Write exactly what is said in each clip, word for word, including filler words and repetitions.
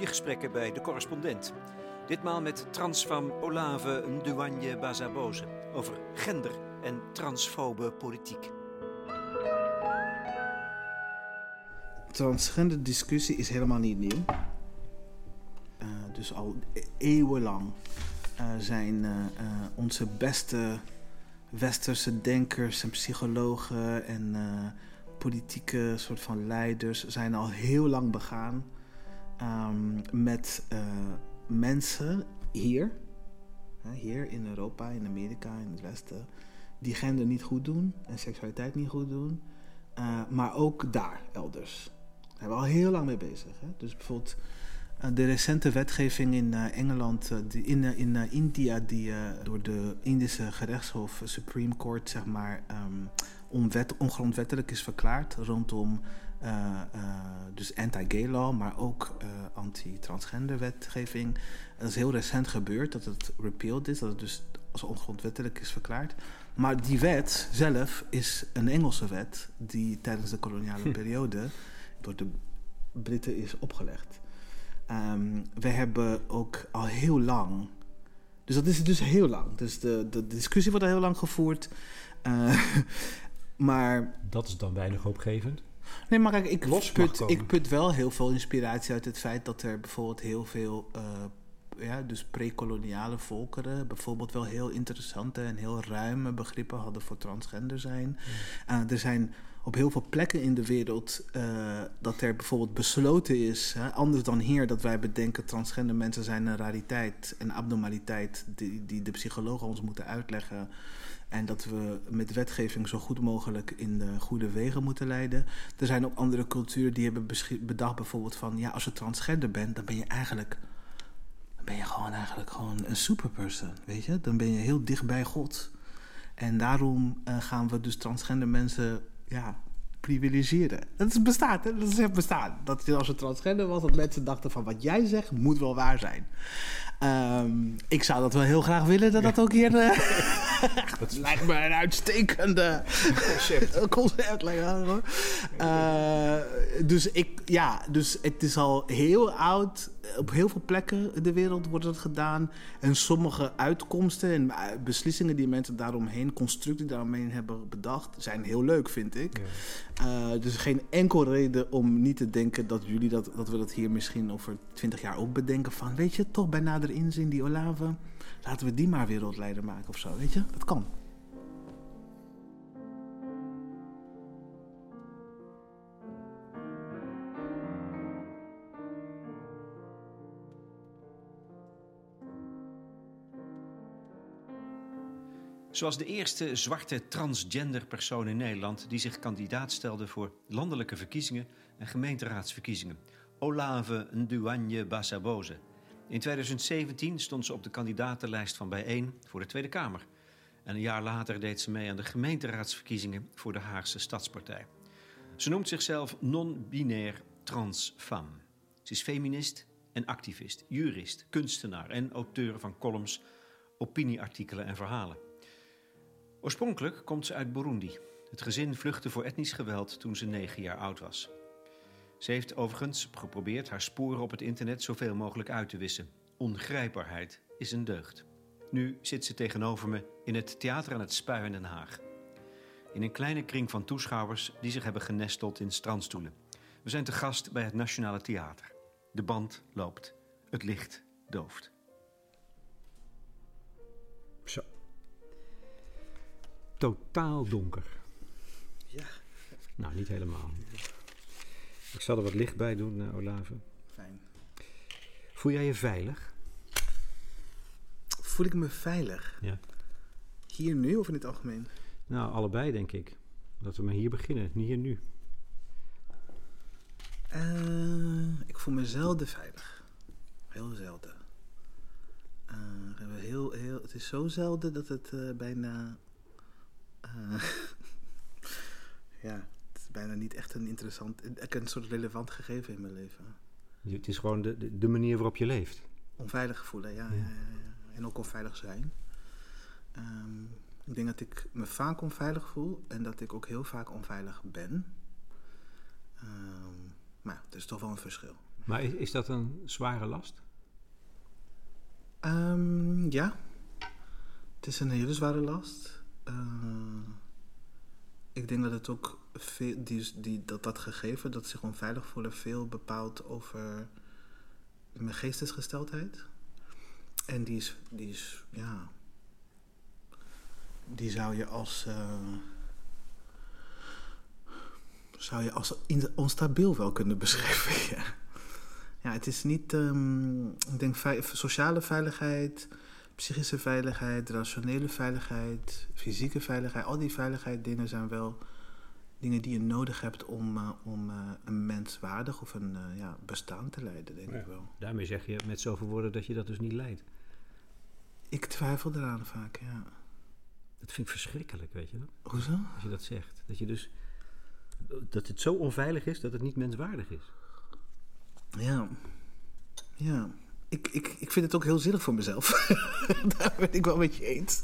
Goede gesprekken bij De Correspondent. Ditmaal met transfam Olave Ndouanye Bazaboze over gender en transfobe politiek. Transgender discussie is helemaal niet nieuw. Uh, dus al eeuwenlang uh, zijn uh, uh, onze beste westerse denkers en psychologen en uh, politieke soort van leiders zijn al heel lang begaan um, met uh, mensen hier, uh, hier in Europa, in Amerika, in het Westen, die gender niet goed doen en seksualiteit niet goed doen, uh, maar ook daar, elders. Daar zijn we al heel lang mee bezig. Hè? Dus bijvoorbeeld uh, de recente wetgeving in uh, Engeland, uh, die, in, uh, in uh, India, die uh, door de Indische gerechtshof, uh, Supreme Court, zeg maar, um, onwet, ongrondwettelijk is verklaard rondom uh, uh, dus anti-gay law, maar ook uh, anti-transgender wetgeving. Dat is heel recent gebeurd, dat het repealed is, dat het dus als ongrondwettelijk is verklaard. Maar die wet zelf is een Engelse wet die tijdens de koloniale periode door de Britten is opgelegd. Um, we hebben ook al heel lang, dus dat is dus heel lang. Dus de, de discussie wordt al heel lang gevoerd. Uh, maar dat is dan weinig hoopgevend. Nee, maar kijk, ik put, ik put wel heel veel inspiratie uit het feit dat er bijvoorbeeld heel veel Uh, ja, dus pre-koloniale volkeren bijvoorbeeld wel heel interessante en heel ruime begrippen hadden voor transgender zijn. Mm. Uh, er zijn op heel veel plekken in de wereld uh, dat er bijvoorbeeld besloten is, hè, anders dan hier, dat wij bedenken transgender mensen zijn een rariteit, een abnormaliteit die, die de psychologen ons moeten uitleggen. En dat we met wetgeving zo goed mogelijk in de goede wegen moeten leiden. Er zijn ook andere culturen die hebben bedacht bijvoorbeeld van, ja, als je transgender bent, dan ben je eigenlijk ben je gewoon eigenlijk gewoon een superperson, weet je? Dan ben je heel dicht bij God. En daarom uh, gaan we dus transgender mensen, ja, privilegiëren. Dat is bestaat, hè? Dat is echt bestaan. Dat als je transgender was, dat mensen dachten van, wat jij zegt moet wel waar zijn. Um, ik zou dat wel heel graag willen, dat dat ook hier Uh, dat lijkt me een uitstekende concept. concept uh, dus ik, ja, dus het is al heel oud. Op heel veel plekken in de wereld wordt het gedaan. En sommige uitkomsten en beslissingen die mensen daaromheen, constructen daaromheen hebben bedacht, zijn heel leuk, vind ik. Ja. Uh, dus geen enkel reden om niet te denken dat jullie dat, dat we dat hier misschien over twintig jaar ook bedenken van, weet je, toch bij nader inzien, die Olave, laten we die maar wereldleider maken of zo, weet je? Dat kan. Zoals de eerste zwarte transgender persoon in Nederland die zich kandidaat stelde voor landelijke verkiezingen en gemeenteraadsverkiezingen. Olave Ndouanye Bazaboze. In twintig zeventien stond ze op de kandidatenlijst van Bijeen voor de Tweede Kamer. En een jaar later deed ze mee aan de gemeenteraadsverkiezingen voor de Haagse Stadspartij. Ze noemt zichzelf non-binair transfemme. Ze is feminist en activist, jurist, kunstenaar en auteur van columns, opinieartikelen en verhalen. Oorspronkelijk komt ze uit Burundi. Het gezin vluchtte voor etnisch geweld toen ze negen jaar oud was. Ze heeft overigens geprobeerd haar sporen op het internet zoveel mogelijk uit te wissen. Ongrijpbaarheid is een deugd. Nu zit ze tegenover me in het Theater aan het Spui in Den Haag. In een kleine kring van toeschouwers die zich hebben genesteld in strandstoelen. We zijn te gast bij het Nationale Theater. De band loopt. Het licht dooft. Zo. Totaal donker. Ja. Nou, niet helemaal. Ik zal er wat licht bij doen, uh, Olave. Fijn. Voel jij je veilig? Voel ik me veilig? Ja. Hier nu of in het algemeen? Nou, allebei denk ik. Laten we maar hier beginnen, niet hier nu. Uh, ik voel me zelden veilig. Heel zelden. Uh, heel, heel, het is zo zelden dat het uh, bijna Uh, ja, het is bijna niet echt een interessant, een soort relevant gegeven in mijn leven. Het is gewoon de, de, de manier waarop je leeft. Onveilig voelen, ja. ja. ja, ja. En ook onveilig zijn. Um, ik denk dat ik me vaak onveilig voel en dat ik ook heel vaak onveilig ben. Um, maar er is toch wel een verschil. Maar is, is dat een zware last? Um, ja. Het is een hele zware last. Uh, ik denk dat het ook veel, die, die, dat, dat gegeven, dat zich onveilig voelen, veel bepaalt over mijn geestesgesteldheid. En die is, die is, ja, die zou je als, uh, zou je als onstabiel wel kunnen beschrijven, ja. Ja, het is niet, um, ik denk, ve- sociale veiligheid, psychische veiligheid, rationele veiligheid, fysieke veiligheid. Al die veiligheid dingen zijn wel dingen die je nodig hebt om, uh, om uh, een menswaardig of een uh, ja, bestaan te leiden, denk Ja. ik wel. Daarmee zeg je met zoveel woorden dat je dat dus niet leidt. Ik twijfel eraan vaak, ja. Dat vind ik verschrikkelijk, weet je wel? Hoezo? Als je dat zegt. Dat je dus, dat het zo onveilig is dat het niet menswaardig is. Ja. Ja. Ik, ik, ik vind het ook heel zielig voor mezelf. Daar ben ik wel met je eens.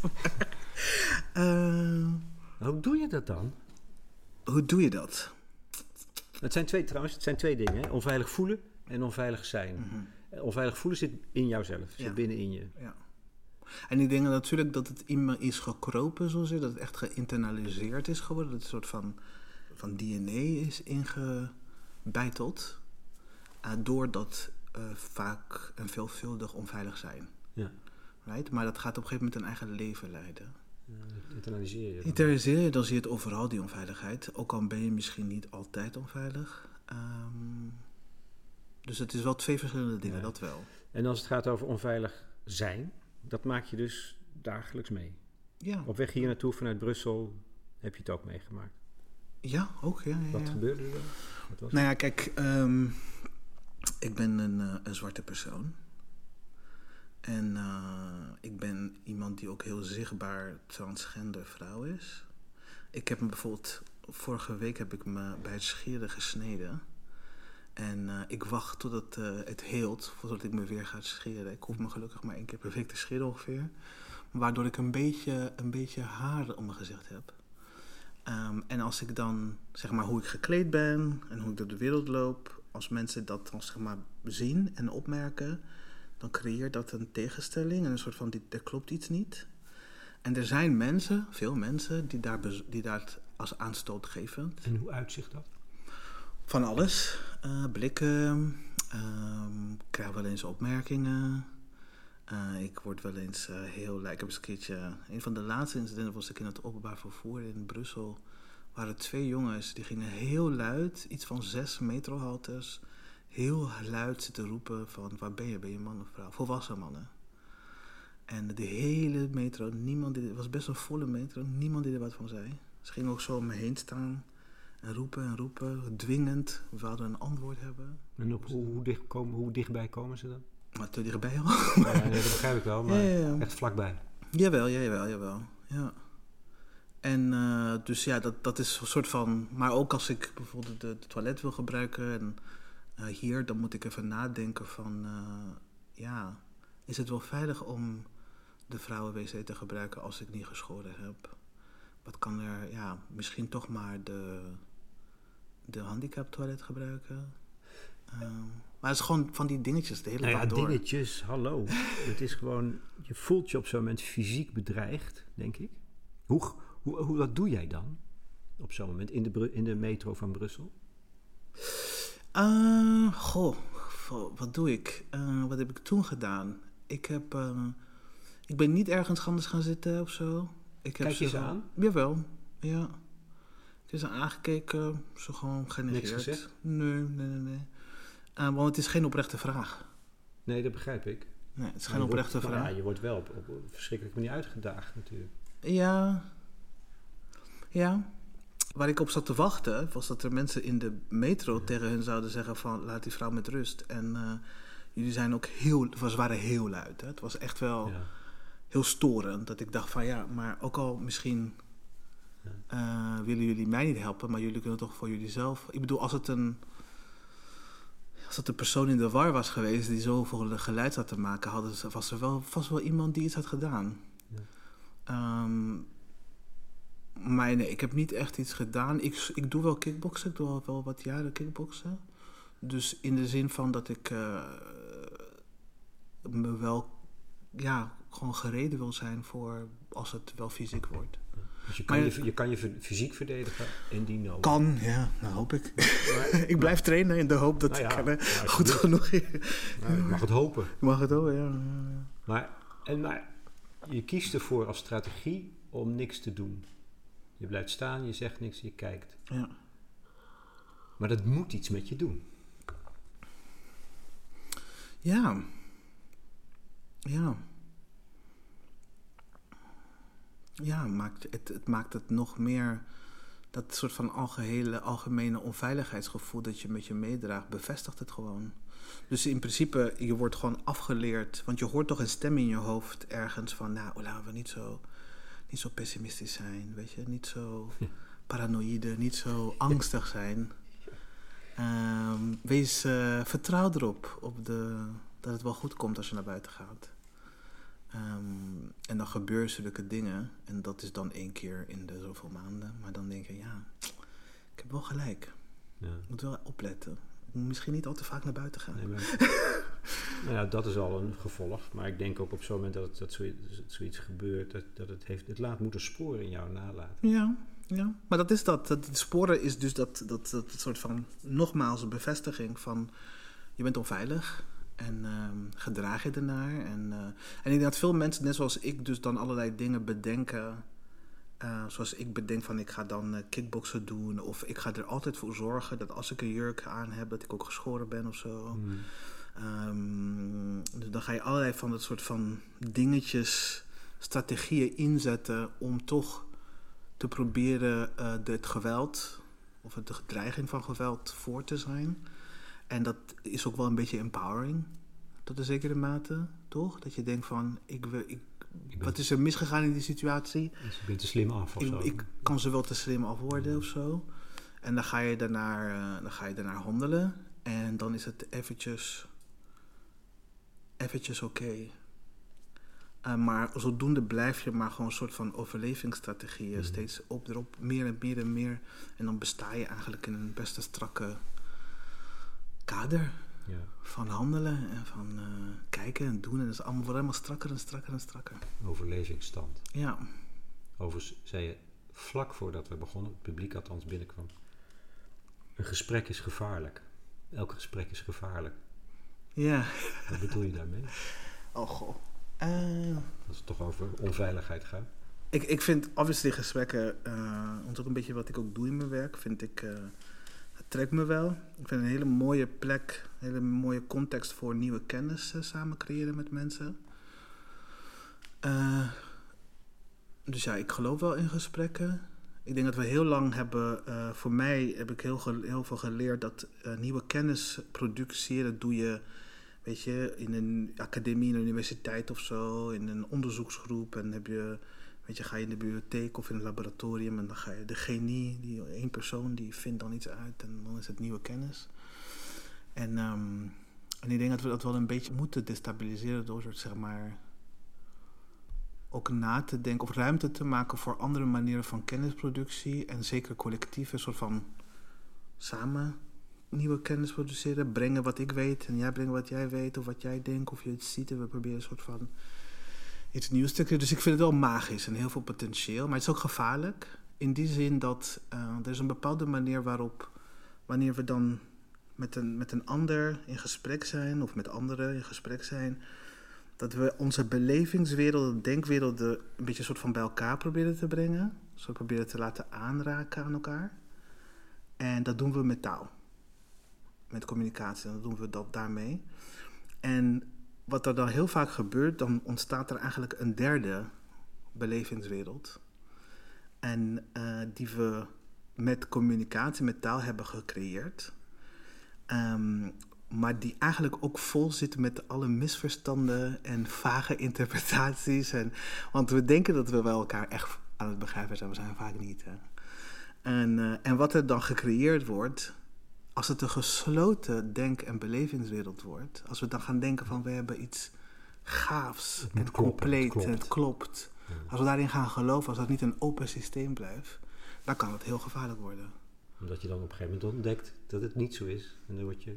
uh, Hoe doe je dat dan? hoe doe je dat? Het zijn twee, trouwens, het zijn twee dingen. Hè? Onveilig voelen en onveilig zijn. Mm-hmm. Onveilig voelen zit in jouzelf. Zit Ja. binnenin je. Ja. En ik denk natuurlijk dat het in me is gekropen, zoals je, dat het echt geïnternaliseerd is geworden. Dat het een soort van, van D N A is ingebeiteld. Uh, door dat uh, vaak en veelvuldig onveilig zijn. Ja. Right? Maar dat gaat op een gegeven moment een eigen leven leiden. Ja, internaliseer je. dan. Internaliseer je, dan zie je het overal, die onveiligheid. Ook al ben je misschien niet altijd onveilig. Um, dus het is wel twee verschillende dingen, Ja. dat wel. En als het gaat over onveilig zijn, dat maak je dus dagelijks mee. Ja, Op weg hier naartoe vanuit Brussel heb je het ook meegemaakt. ja ook. Ja, ja, Wat ja. gebeurde er dan? Wat was Nou ja, kijk, um, ik ben een, uh, een zwarte persoon. En uh, ik ben iemand die ook heel zichtbaar transgender vrouw is. Ik heb me bijvoorbeeld, vorige week heb ik me bij het scheren gesneden. En uh, ik wacht totdat uh, het heelt, voordat ik me weer ga scheren. Ik hoef me gelukkig maar één keer per week te scheren ongeveer. Waardoor ik een beetje, een beetje haar om mijn gezicht heb. Um, en als ik dan, zeg maar, hoe ik gekleed ben en hoe ik door de wereld loop, als mensen dat dan, zeg maar, zien en opmerken, dan creëert dat een tegenstelling en een soort van, die, er klopt iets niet. En er zijn mensen, veel mensen, die daar, bez, die daar als aanstoot geven. En hoe uitzicht dat? Van alles. Uh, blikken, um, ik krijg wel eens opmerkingen. Uh, ik word wel eens uh, heel... Ik heb eens een keertje... Een van de laatste incidenten was ik in het openbaar vervoer in Brussel. Waren twee jongens, die gingen heel luid, iets van zes metrohaltes, heel luid zitten roepen van, waar ben je? Ben je man of vrouw? Volwassen mannen. En de hele metro, niemand die... Het was best een volle metro, niemand die er wat van zei. Ze gingen ook zo om me heen staan en roepen en roepen, dwingend. We wilden een antwoord hebben. En op hoe, hoe, dicht komen, hoe dichtbij komen ze dan? Maar te dichtbij al. Ja, nee, dat begrijp ik wel, maar Ja, ja, ja. echt vlakbij. Jawel, ja, jawel, jawel. Ja. En uh, dus ja, dat, dat is een soort van... Maar ook als ik bijvoorbeeld de, de toilet wil gebruiken en uh, hier, dan moet ik even nadenken van... Uh, ja, is het wel veilig om de vrouwenwc te gebruiken als ik niet geschoren heb? Wat kan er... Ja, misschien toch maar de, de handicaptoilet gebruiken? Uh, maar het is gewoon van die dingetjes de hele Nou dag ja, door. dingetjes, hallo. Het is gewoon... Je voelt je op zo'n moment fysiek bedreigd, denk ik. Hoe... Hoe, hoe, wat doe jij dan op zo'n moment in de, in de metro van Brussel? Uh, goh, wat doe ik? Uh, wat heb ik toen gedaan? Ik, heb, uh, ik ben niet ergens anders gaan zitten of zo. Ik heb Kijk je ze gewoon, aan? Jawel, ja. Ik heb ze aangekeken, ze gewoon genegeerd. Niks gezegd? Nee, nee, nee. nee. Uh, want het is geen oprechte vraag. Nee, dat begrijp ik. Nee, het is Maar geen je oprechte wordt, vraag. Ja, je wordt wel op, op een verschrikkelijke manier uitgedaagd natuurlijk. Ja... Ja, waar ik op zat te wachten was dat er mensen in de metro ja. tegen hen zouden zeggen van laat die vrouw met rust. En uh, jullie zijn ook heel, ze waren heel luid. Hè? Het was echt wel ja. heel storend dat ik dacht van ja, maar ook al misschien uh, willen jullie mij niet helpen, maar jullie kunnen toch voor jullie zelf. Ik bedoel, als het een, als het een persoon in de war was geweest die zoveel geluid had te maken, hadden ze, was er wel vast wel iemand die iets had gedaan. Ja. Um, Maar nee, ik heb niet echt iets gedaan. Ik, ik doe wel kickboksen. Ik doe al wel wat jaren kickboksen. Dus in de zin van dat ik uh, me wel ja, gewoon gereden wil zijn voor als het wel fysiek wordt. Dus je kan, maar, je, je, kan je fysiek verdedigen indien nodig. Kan, ja, dat hoop ik. Maar, ik blijf trainen in de hoop dat nou ja, ik uh, nou, goed genoeg is. Nou, ik mag het hopen. Ik mag het hopen, ja. ja. Maar, en, maar je kiest ervoor als strategie om niks te doen. Je blijft staan, je zegt niks, je kijkt. Ja. Maar dat moet iets met je doen. Ja. Ja. Ja, maakt het, het maakt het nog meer... Dat soort van algehele, algemene onveiligheidsgevoel dat je met je meedraagt, bevestigt het gewoon. Dus in principe, je wordt gewoon afgeleerd. Want je hoort toch een stem in je hoofd ergens van... Nou, laten we niet zo, niet zo pessimistisch zijn, weet je. Niet zo paranoïde, niet zo angstig zijn. Um, wees, uh, vertrouw erop op de, dat het wel goed komt als je naar buiten gaat. Um, en dan gebeuren zulke dingen. En dat is dan één keer in de zoveel maanden. Maar dan denk je, ja, ik heb wel gelijk. Ja. Ik moet wel opletten. Ik moet misschien niet al te vaak naar buiten gaan. Nee, maar, nou ja, dat is al een gevolg. Maar ik denk ook op zo'n moment dat, het, dat zoiets, zoiets gebeurt... dat, dat het, heeft, het laat moeten sporen in jou nalaten. Ja, ja. Maar dat is dat. dat het sporen is dus dat, dat, dat soort van... nogmaals een bevestiging van... je bent onveilig... En um, gedraag je ernaar. En, uh, en ik denk dat veel mensen, net zoals ik, dus dan allerlei dingen bedenken. Uh, zoals ik bedenk van ik ga dan uh, kickboksen doen. Of ik ga er altijd voor zorgen dat als ik een jurk aan heb, dat ik ook geschoren ben of zo. Mm. Um, dus dan ga je allerlei van dat soort van dingetjes, strategieën inzetten om toch te proberen uh, de, het geweld of de dreiging van geweld voor te zijn. En dat is ook wel een beetje empowering, tot een zekere mate, toch? Dat je denkt van, ik, ik, ik ben, wat is er misgegaan in die situatie? Dus je bent te slim af of ik, zo? Ik kan ze wel te slim af worden ja. of zo. En dan ga je daarnaar, uh, dan ga je daarnaar handelen. En dan is het eventjes, eventjes oké. Okay. Uh, maar zodoende blijf je maar gewoon een soort van overlevingsstrategieën. Mm. Steeds op, erop, meer en meer en meer. En dan besta je eigenlijk in een best strakke... kader ja. van handelen en van uh, kijken en doen. En dat is allemaal wordt helemaal strakker en strakker en strakker. Overlevingsstand. Ja. Overigens zei je vlak voordat we begonnen, het publiek althans binnenkwam, een gesprek is gevaarlijk. Elk gesprek is gevaarlijk. Ja. Wat bedoel je daarmee? Oh goh. Uh, Als het toch over onveiligheid gaat. Ik, ik vind obviously gesprekken, uh, want ook een beetje wat ik ook doe in mijn werk, vind ik... Uh, trekt me wel. Ik vind het een hele mooie plek, een hele mooie context voor nieuwe kennis uh, samen creëren met mensen. Uh, dus ja, ik geloof wel in gesprekken. Ik denk dat we heel lang hebben, uh, voor mij heb ik heel, ge- heel veel geleerd dat uh, nieuwe kennis produceren doe je, weet je, in een academie, in een universiteit of zo, in een onderzoeksgroep en heb je... Weet je, ga je in de bibliotheek of in een laboratorium en dan ga je de genie, die één persoon, die vindt dan iets uit en dan is het nieuwe kennis. En, um, en ik denk dat we dat wel een beetje moeten destabiliseren door zeg maar ook na te denken of ruimte te maken voor andere manieren van kennisproductie en zeker collectief een soort van samen nieuwe kennis produceren, brengen wat ik weet en jij brengt wat jij weet of wat jij denkt of je het ziet en we proberen een soort van iets nieuws te creëren. Dus ik vind het wel magisch en heel veel potentieel. Maar het is ook gevaarlijk. In die zin dat uh, er is een bepaalde manier waarop... wanneer we dan met een, met een ander in gesprek zijn... of met anderen in gesprek zijn... dat we onze belevingswerelden, denkwerelden... een beetje een soort van bij elkaar proberen te brengen. Dus we proberen te laten aanraken aan elkaar. En dat doen we met taal. Met communicatie. En dat doen we dat daarmee. En... wat er dan heel vaak gebeurt, dan ontstaat er eigenlijk een derde belevingswereld. En uh, die we met communicatie, met taal hebben gecreëerd. Um, maar die eigenlijk ook vol zit met alle misverstanden en vage interpretaties. En, want we denken dat we wel elkaar echt aan het begrijpen zijn, we zijn vaak niet. Hè? En, uh, en wat er dan gecreëerd wordt... Als het een gesloten denk- en belevingswereld wordt... als we dan gaan denken van we hebben iets gaafs en compleet en het klopt... Ja. Als we daarin gaan geloven, als dat niet een open systeem blijft... dan kan het heel gevaarlijk worden. Omdat je dan op een gegeven moment ontdekt dat het niet zo is. En dan word je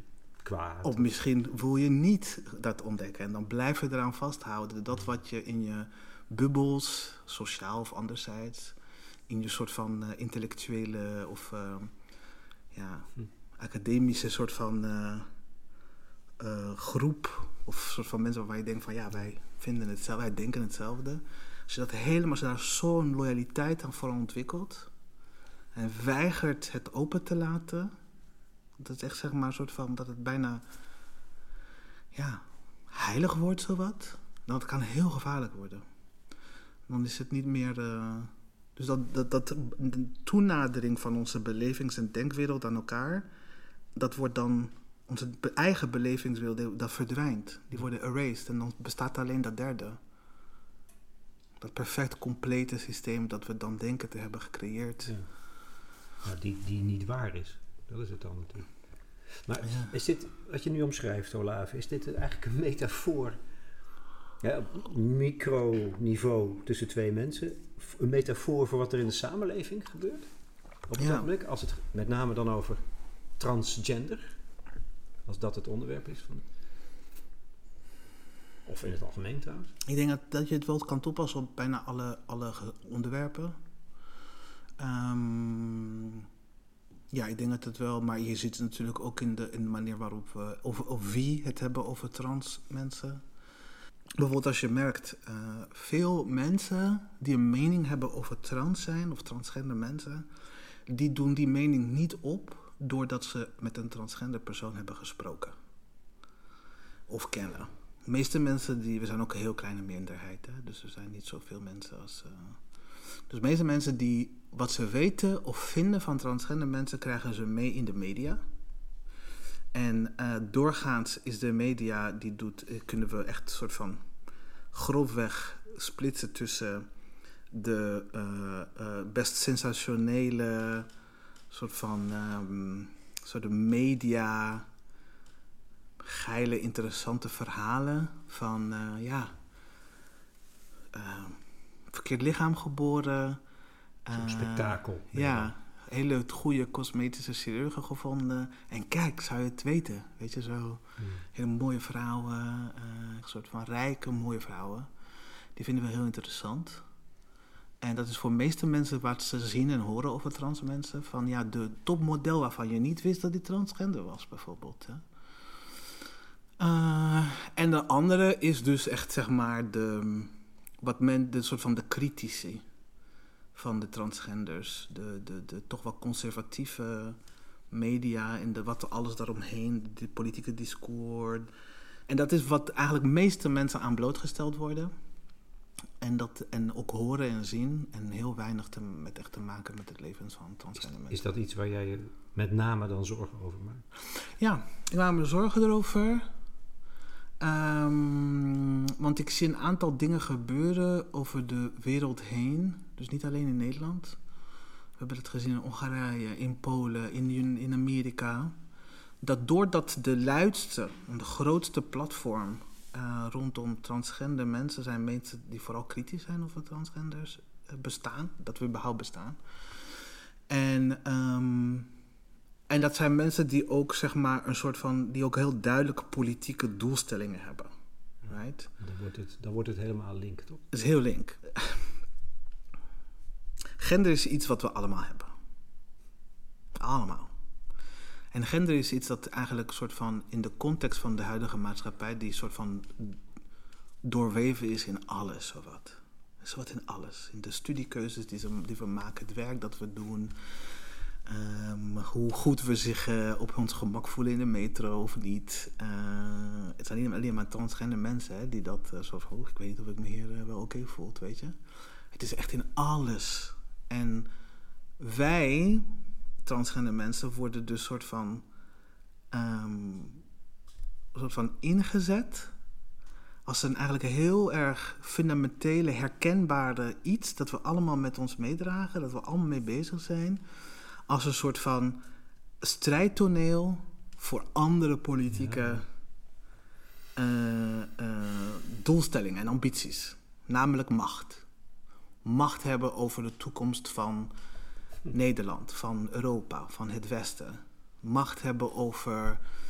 kwaad. Of misschien wil je niet dat ontdekken. En dan blijf je eraan vasthouden. Dat wat je in je bubbels, sociaal of anderzijds, in je soort van uh, intellectuele of uh, ja, hm. academische soort van uh, uh, groep, of soort van mensen waarvan je denkt van ja, wij vinden hetzelfde, wij denken hetzelfde. Als je dat helemaal, als je daar zo'n loyaliteit aan voor ontwikkelt en weigert het open te laten, dat is echt zeg maar een soort van dat het bijna ja, heilig wordt, zowat. Dan het kan heel gevaarlijk worden. Dan is het niet meer. Uh, dus dat, dat, dat de toenadering van onze belevings- en denkwereld aan elkaar, dat wordt dan onze eigen belevingswereld, dat verdwijnt. Die worden erased en dan bestaat alleen dat derde. Dat perfect complete systeem dat we dan denken te hebben gecreëerd. Ja. Ja, die, die niet waar is. Dat is het dan natuurlijk. Maar ja. Is dit, wat je nu omschrijft, Olaf, is dit eigenlijk een metafoor? Ja, op microniveau tussen twee mensen. Een metafoor voor wat er in de samenleving gebeurt? Op het ja. ogenblik, als het met name dan over transgender, als dat het onderwerp is van. Of in het algemeen trouwens. Ik denk dat, dat je het wel kan toepassen op bijna alle, alle onderwerpen. Um, ja, ik denk dat het wel, maar je ziet het natuurlijk ook in de, in de manier waarop we, of, of wie het hebben over trans mensen. Bijvoorbeeld als je merkt, uh, veel mensen die een mening hebben over trans zijn of transgender mensen, die doen die mening niet op doordat ze met een transgender persoon hebben gesproken. Of kennen. De meeste mensen, die, we zijn ook een heel kleine minderheid, hè? Dus er zijn niet zoveel mensen als. Uh, dus de meeste mensen die wat ze weten of vinden van transgender mensen, krijgen ze mee in de media. En uh, doorgaans is de media, die doet, kunnen we echt een soort van grofweg splitsen tussen de uh, uh, best sensationele soort van um, soort media, geile, interessante verhalen van, uh, ja, uh, verkeerd lichaam geboren. Zo'n uh, spektakel. Ja, hele goede cosmetische chirurgen gevonden. En kijk, zou je het weten? Weet je, zo hmm. hele mooie vrouwen, uh, een soort van rijke, mooie vrouwen. Die vinden we heel interessant. En dat is voor de meeste mensen wat ze zien en horen over trans mensen. Van ja, de topmodel waarvan je niet wist dat die transgender was, bijvoorbeeld. Hè? Uh, en de andere is dus echt, zeg maar, de, wat men, de soort van de critici van de transgenders. De, de, de toch wel conservatieve media en de, wat alles daaromheen, de politieke discours. En dat is wat eigenlijk de meeste mensen aan blootgesteld worden. En, dat, en ook horen en zien. En heel weinig te, met echt te maken met het leven van transgender mensen. Is dat iets waar jij je met name dan zorgen over maakt? Ja, ik maak me zorgen erover. Um, want ik zie een aantal dingen gebeuren over de wereld heen. Dus niet alleen in Nederland. We hebben het gezien in Hongarije, in Polen, in, in Amerika. Dat doordat de luidste en de grootste platform uh, rondom transgender mensen zijn mensen die vooral kritisch zijn over transgenders uh, bestaan. Dat we überhaupt bestaan. En, um, en dat zijn mensen die ook, zeg maar, een soort van, die ook heel duidelijke politieke doelstellingen hebben. Right? Dan wordt het, dan wordt het helemaal link, toch? Het is heel link. Gender is iets wat we allemaal hebben. Allemaal. En gender is iets dat eigenlijk soort van in de context van de huidige maatschappij, die soort van doorweven is in alles, zowat. Zowat in alles. In de studiekeuzes die, ze, die we maken, het werk dat we doen, um, hoe goed we zich uh, op ons gemak voelen in de metro of niet. Uh, het zijn niet alleen maar transgender mensen, hè, die dat uh, zo van, oh, ik weet niet of ik me hier uh, wel oké voel, weet je. Het is echt in alles. En wij, transgender mensen, worden dus soort van, um, soort van ingezet als een eigenlijk heel erg fundamentele, herkenbare iets dat we allemaal met ons meedragen, dat we allemaal mee bezig zijn, als een soort van strijdtoneel voor andere politieke ja. uh, uh, doelstellingen en ambities, namelijk macht. Macht hebben over de toekomst van Nederland, van Europa, van het Westen. Macht hebben over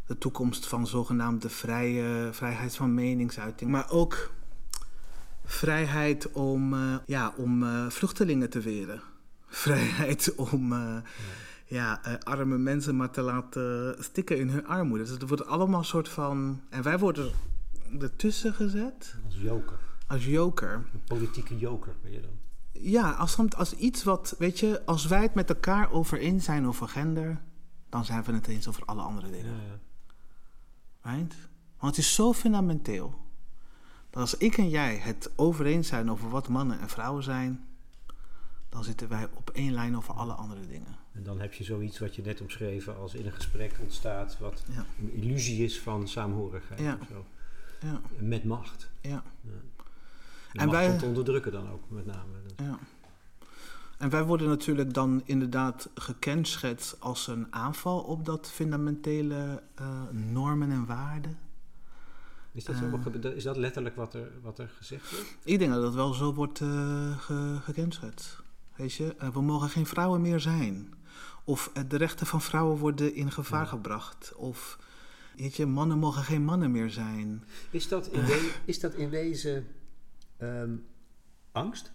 de toekomst van zogenaamde vrije, vrijheid van meningsuiting. Maar ook vrijheid om, uh, ja, om uh, vluchtelingen te weren. Vrijheid om uh, ja. Ja, uh, arme mensen maar te laten stikken in hun armoede. Dus het wordt allemaal een soort van... En wij worden ertussen gezet. Als joker. Als joker. Een politieke joker ben je dan. Ja, als, als iets wat... Weet je, als wij het met elkaar over eens zijn over gender... dan zijn we het eens over alle andere dingen. Ja, ja. Right? Want het is zo fundamenteel... dat als ik en jij het over eens zijn over wat mannen en vrouwen zijn... dan zitten wij op één lijn over alle andere dingen. En dan heb je zoiets wat je net omschreven als in een gesprek ontstaat... wat ja. een illusie is van saamhorigheid ja. of zo. Ja. Met macht. Ja. Ja. En, en macht wij om te onderdrukken dan ook, met name. Ja. En wij worden natuurlijk dan inderdaad gekenschetst als een aanval op dat fundamentele uh, normen en waarden. Is dat, zo, uh, is dat letterlijk wat er, wat er gezegd wordt? Ik denk dat dat wel zo wordt uh, ge, gekenschetst. Weet je, uh, we mogen geen vrouwen meer zijn. Of uh, de rechten van vrouwen worden in gevaar ja. gebracht. Of, weet je, mannen mogen geen mannen meer zijn. Is dat in, we, is dat in wezen um, angst?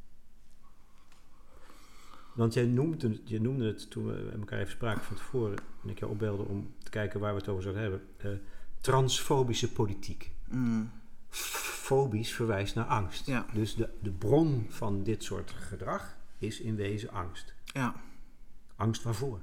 Want jij noemde, je noemde het toen we met elkaar even spraken van tevoren... en ik jou opbelde om te kijken waar we het over zouden hebben... Uh, transfobische politiek. Mm. Fobisch verwijst naar angst. Ja. Dus de, de bron van dit soort gedrag is in wezen angst. Ja. Angst waarvoor?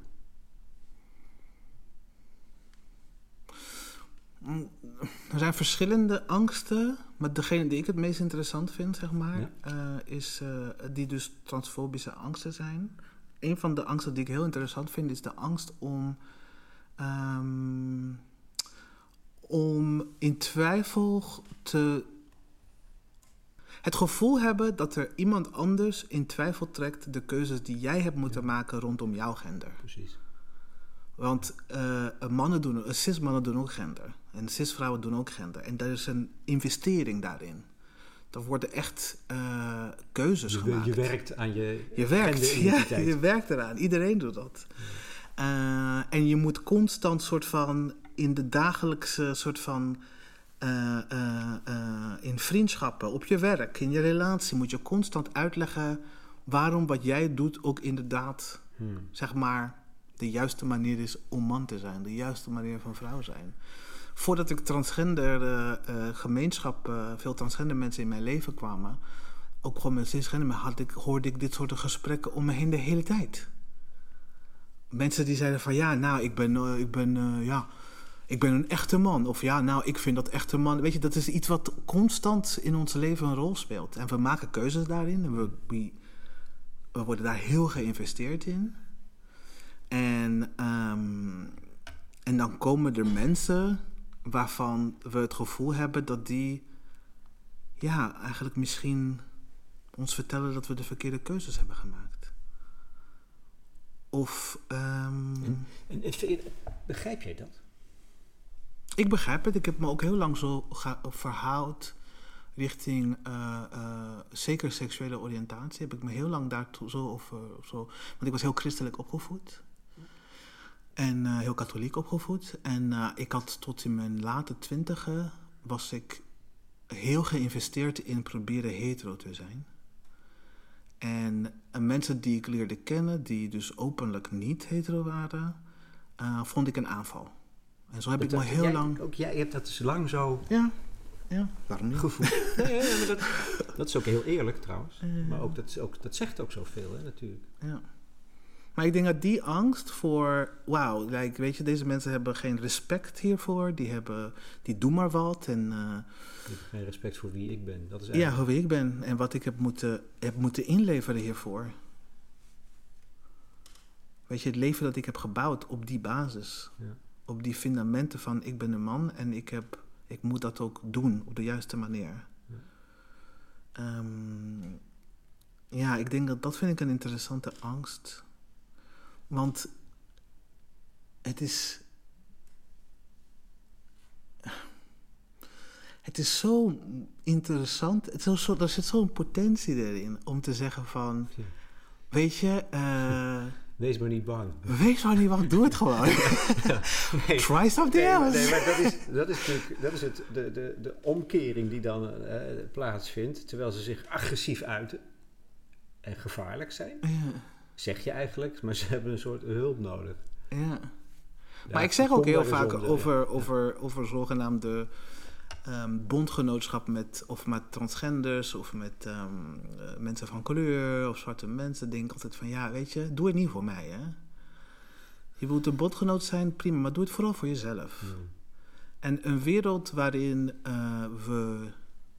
Er zijn verschillende angsten, maar degene die ik het meest interessant vind, zeg maar, ja. uh, is uh, die dus transfobische angsten zijn. Een van de angsten die ik heel interessant vind, is de angst om, um, om in twijfel te... Het gevoel hebben dat er iemand anders in twijfel trekt de keuzes die jij hebt moeten ja. maken rondom jouw gender. Precies. Want uh, mannen doen, uh, cis-mannen doen ook gender. En cis-vrouwen doen ook gender. En daar is een investering daarin. Er worden echt uh, keuzes je, gemaakt. Je werkt aan je, je werkt, ja, je werkt eraan. Iedereen doet dat. Ja. Uh, en je moet constant soort van in de dagelijkse soort van... Uh, uh, uh, in vriendschappen, op je werk, in je relatie... moet je constant uitleggen waarom wat jij doet ook inderdaad... Hmm. zeg maar... de juiste manier is om man te zijn. De juiste manier van vrouw zijn. Voordat ik transgender uh, uh, gemeenschap... Uh, veel transgender mensen in mijn leven kwamen... ook gewoon met cisgender... Had ik, hoorde ik dit soort gesprekken om me heen de hele tijd. Mensen die zeiden van... ja, nou, ik ben, uh, ik ben, uh, ja, ik ben een echte man. Of ja, nou, ik vind dat echte man... Weet je, dat is iets wat constant in ons leven een rol speelt. En we maken keuzes daarin. En we, we, we worden daar heel geïnvesteerd in... En, um, en dan komen er mensen waarvan we het gevoel hebben dat die... ja, eigenlijk misschien ons vertellen dat we de verkeerde keuzes hebben gemaakt. Of... Um, en, en, en, begrijp jij dat? Ik begrijp het. Ik heb me ook heel lang zo ga- verhoud richting uh, uh, zeker seksuele oriëntatie. Heb ik me heel lang daar to- zo over... Zo, want ik was heel christelijk opgevoed. En uh, heel katholiek opgevoed. En uh, ik had tot in mijn late twintigen... was ik heel geïnvesteerd in proberen hetero te zijn. En uh, mensen die ik leerde kennen... die dus openlijk niet hetero waren... Uh, vond ik een aanval. En zo heb dat, ik me heel jij, lang... Ook jij hebt dat dus lang zo... Ja, ja, waarom niet? Gevoeld. ja, ja, ja, maar dat, dat is ook heel eerlijk trouwens. Uh, maar ook dat, ook, dat zegt ook zoveel, hè, natuurlijk. Ja. Maar ik denk dat die angst voor... Wauw, like, weet je, deze mensen hebben geen respect hiervoor. Die hebben... Die doen maar wat. En, uh, ik heb geen respect voor wie ik ben. Dat is ja, voor wie ik ben. En wat ik heb moeten, heb moeten inleveren hiervoor. Weet je, het leven dat ik heb gebouwd op die basis. Ja. Op die fundamenten van ik ben een man. En ik, heb, ik moet dat ook doen op de juiste manier. Ja. Um, ja, ik denk dat dat vind ik een interessante angst... Want het is... Het is zo interessant. Het is zo, er zit zo'n potentie erin om te zeggen van... Ja. Weet je, uh, Wees maar niet bang. Wees maar niet bang, doe het gewoon. Ja, nee, Try something nee, else. nee, maar dat is, dat is natuurlijk dat is het, de, de, de omkering die dan uh, plaatsvindt, terwijl ze zich agressief uiten en gevaarlijk zijn. Ja. Zeg je eigenlijk, maar ze hebben een soort hulp nodig. Ja. Ja, Maar ik zeg ook heel vaak zonde, over, ja. over, over zogenaamde um, bondgenootschap met, of met transgenders of met um, uh, mensen van kleur of zwarte mensen. Denk ik altijd van, ja, weet je, doe het niet voor mij, hè. Je wilt een bondgenoot zijn, prima, maar doe het vooral voor jezelf. Hmm. En een wereld waarin uh, we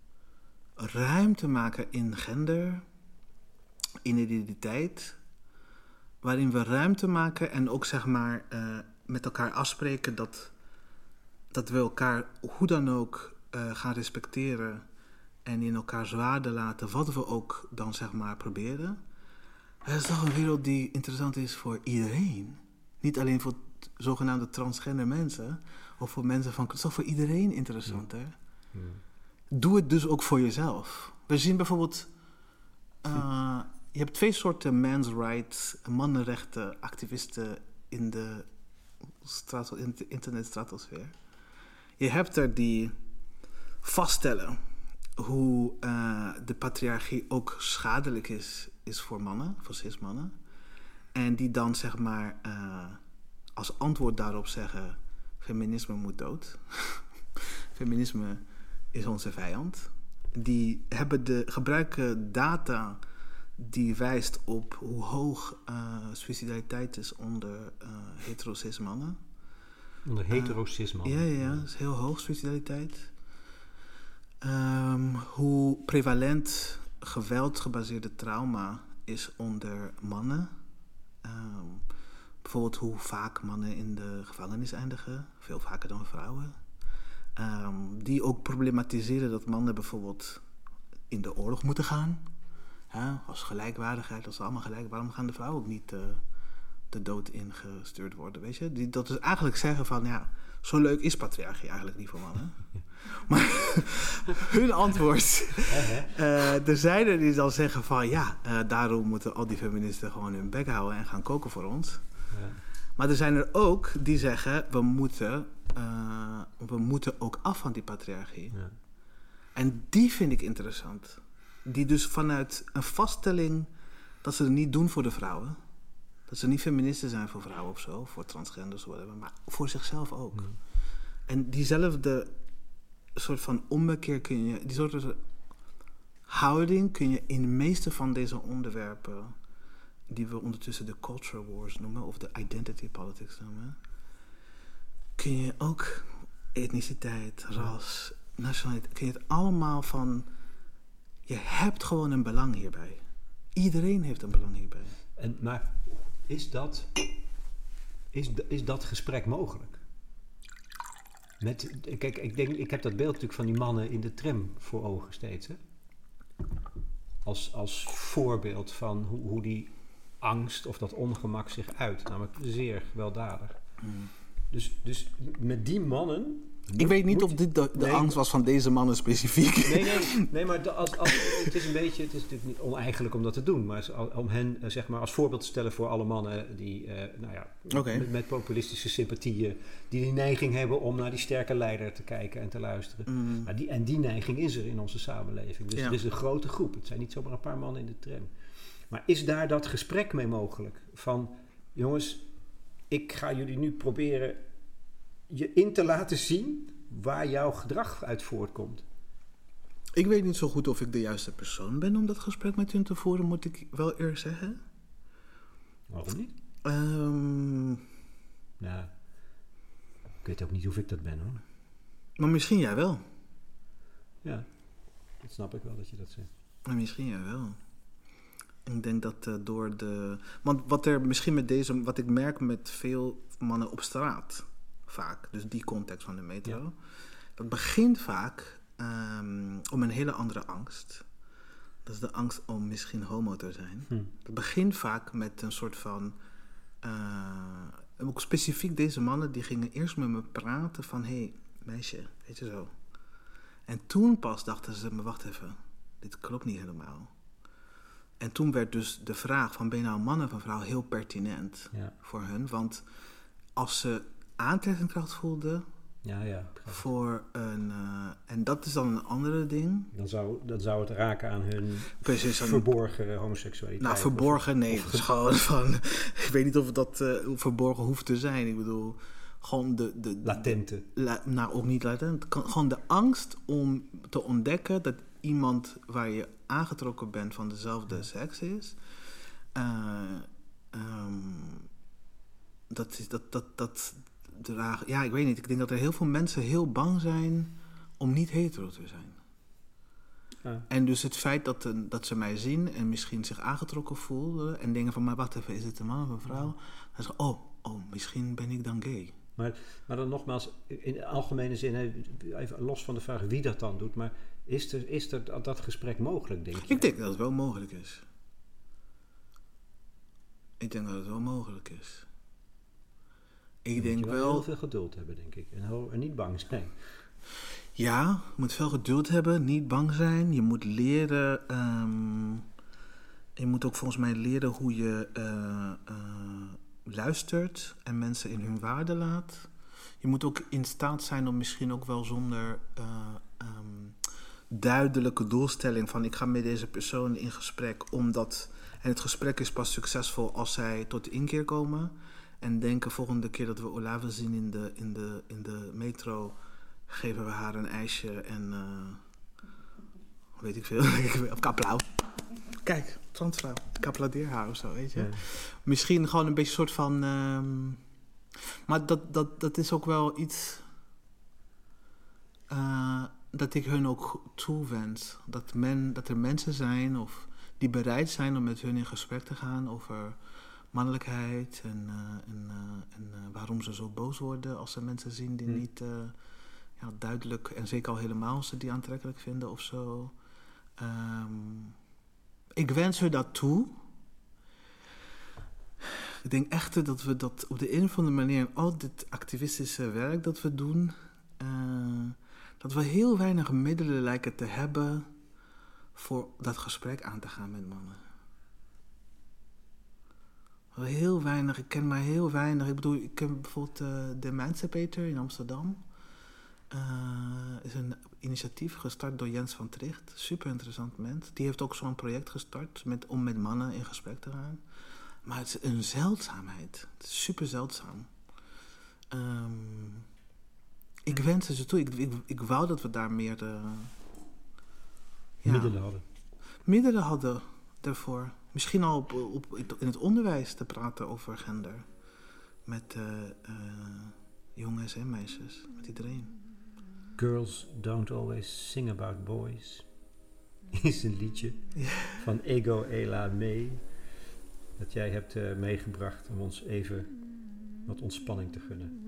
ruimte maken in gender, in identiteit, waarin we ruimte maken en ook zeg maar uh, met elkaar afspreken dat, dat we elkaar hoe dan ook uh, gaan respecteren en in elkaars waarde laten, wat we ook dan zeg maar proberen. Dat is toch een wereld die interessant is voor iedereen. Niet alleen voor t- zogenaamde transgender mensen of voor mensen van... Het is toch voor iedereen interessant, hè? Hmm. Doe het dus ook voor jezelf. We zien bijvoorbeeld... Uh, je hebt twee soorten men's rights, mannenrechten activisten in de, strato, in de internetstratosfeer. Je hebt er die vaststellen hoe uh, de patriarchie ook schadelijk is, is voor mannen, voor cis-mannen. En die dan zeg maar uh, als antwoord daarop zeggen, feminisme moet dood. Feminisme is onze vijand. Die hebben de, gebruiken data die wijst op hoe hoog uh, suicidaliteit is onder uh, hetero-cis mannen. Onder hetero-cis mannen? Uh, ja, ja, dat is heel hoog, suicidaliteit. Um, hoe prevalent geweldgebaseerde trauma is onder mannen. Um, bijvoorbeeld hoe vaak mannen in de gevangenis eindigen. Veel vaker dan vrouwen. Um, die ook problematiseren dat mannen bijvoorbeeld in de oorlog moeten gaan. Ja, als gelijkwaardigheid, als ze allemaal gelijk, waarom gaan de vrouwen ook niet uh, de dood ingestuurd worden, weet je? Die, dat is eigenlijk zeggen van, ja, zo leuk is patriarchie eigenlijk niet voor mannen. Maar hun antwoord, uh, er zijn er die dan zeggen van, ja, uh, daarom moeten al die feministen gewoon hun bek houden en gaan koken voor ons. Ja. Maar er zijn er ook die zeggen, we moeten, uh, we moeten ook af van die patriarchie. Ja. En die vind ik interessant. Die dus vanuit een vaststelling dat ze het niet doen voor de vrouwen. Dat ze niet feministen zijn voor vrouwen of zo, voor transgenders of whatever, maar voor zichzelf ook. Mm. En diezelfde soort van ommekeer kun je, die soort van houding kun je in de meeste van deze onderwerpen, die we ondertussen de culture wars noemen, of de identity politics noemen, kun je ook etniciteit, ras, nationaliteit, kun je het allemaal van... Je hebt gewoon een belang hierbij. Iedereen heeft een belang hierbij. En, maar is dat, is, is dat gesprek mogelijk? Met, kijk, ik, denk, ik heb dat beeld natuurlijk van die mannen in de tram voor ogen steeds. Hè? Als, als voorbeeld van hoe, hoe die angst of dat ongemak zich uit. Namelijk zeer gewelddadig. Mm. Dus, dus met die mannen... Ik weet niet of dit de, de nee, angst was van deze mannen specifiek. Nee, nee, nee maar de, als, als, het is een beetje, het is natuurlijk niet oneigenlijk om dat te doen, maar om hen zeg maar als voorbeeld te stellen voor alle mannen die, uh, nou ja, okay. met, met populistische sympathieën, die die neiging hebben om naar die sterke leider te kijken en te luisteren. Mm. Nou, die, en die neiging is er in onze samenleving. Dus ja. Er is een grote groep. Het zijn niet zomaar een paar mannen in de tram. Maar is daar dat gesprek mee mogelijk? Van, jongens, ik ga jullie nu proberen je in te laten zien waar jouw gedrag uit voortkomt. Ik weet niet zo goed of ik de juiste persoon ben om dat gesprek met hun te voeren, moet ik wel eerlijk zeggen. Waarom niet? Um, nou, ik weet ook niet of ik dat ben, hoor. Maar misschien jij wel. Ja, dat snap ik wel dat je dat zegt. Maar misschien jij wel. Ik denk dat uh, door de... Want wat er misschien met deze... Wat ik merk met veel mannen op straat... vaak, dus die context van de metro... Ja. Dat begint vaak um, om een hele andere angst. Dat is de angst om misschien homo te zijn. Hm. Dat begint vaak met een soort van... Uh, ook specifiek deze mannen, die gingen eerst met me praten van... hé, hey, meisje, weet je zo. En toen pas dachten ze, maar wacht even, dit klopt niet helemaal. en toen werd dus de vraag van ben je nou een man of een vrouw heel pertinent Ja. voor hun. Want als ze aantrekkingskracht voelden Ja, ja. voor een... Uh, en dat is dan een andere ding. Dan zou, dan zou het raken aan hun Precies, aan, verborgen homoseksualiteit. Nou, verborgen, of, nee. Of, het is gewoon van... Ik weet niet of dat uh, verborgen hoeft te zijn. Ik bedoel, gewoon de... de latente. La, nou, ook niet latent. Gewoon de angst om te ontdekken dat iemand waar je aangetrokken bent van dezelfde ja. seks is. Uh, um, dat is... Dat, dat, dat, draag, ja, ik weet niet. Ik denk dat er heel veel mensen heel bang zijn om niet hetero te zijn. Ja. En dus het feit dat, de, dat ze mij zien en misschien zich aangetrokken voelden en denken van, maar wat even, is het een man of een vrouw? Ja. Dan zeggen oh, oh, misschien ben ik dan gay. Maar, maar dan nogmaals, in algemene zin, even los van de vraag wie dat dan doet, maar is er, is er dat gesprek mogelijk, denk je? Ik denk dat het wel mogelijk is. Ik denk dat het wel mogelijk is. Ik denk moet je wel, wel heel veel geduld hebben, denk ik. En, ho- en niet bang zijn. Ja, je moet veel geduld hebben, niet bang zijn. Je moet leren... Um, je moet ook volgens mij leren hoe je uh, uh, luistert en mensen in hun waarde laat. Je moet ook in staat zijn om misschien ook wel zonder uh, um, duidelijke doelstelling van ik ga met deze persoon in gesprek, omdat... En het gesprek is pas succesvol als zij tot de inkeer komen. En denken volgende keer dat we Olave zien in de, in de, in de metro, geven we haar een ijsje en uh, weet ik veel, of applaus. Kijk, transvrouw, ik applaudeer haar of zo, weet je. Ja. Misschien gewoon een beetje een soort van... Um, maar dat, dat, dat is ook wel iets uh, dat ik hun ook toewens. Dat, men, dat er mensen zijn of die bereid zijn om met hun in gesprek te gaan over mannelijkheid en, uh, en, uh, en uh, waarom ze zo boos worden als ze mensen zien die hmm. niet uh, ja, duidelijk, en zeker al helemaal als ze die aantrekkelijk vinden of zo. Um, ik wens hun dat toe. Ik denk echt dat we dat op de een of andere manier, al dit activistische werk dat we doen, uh, dat we heel weinig middelen lijken te hebben voor dat gesprek aan te gaan met mannen. Heel weinig, ik ken maar heel weinig. Ik bedoel, ik ken bijvoorbeeld uh, de Emancipator in Amsterdam. Uh, is een initiatief gestart door Jens van Tricht. Super interessant mens. Die heeft ook zo'n project gestart met, om met mannen in gesprek te gaan. Maar het is een zeldzaamheid. Het is super zeldzaam. Um, ik wens ze toe. Ik, ik, ik wou dat we daar meer uh, ja, middelen hadden. Middelen hadden daarvoor. Misschien al op, op, in het onderwijs te praten over gender. Met uh, uh, jongens en meisjes. Met iedereen. Girls Don't Always Sing About Boys is een liedje yeah. van Ego Ela May. Dat jij hebt uh, meegebracht om ons even wat ontspanning te gunnen.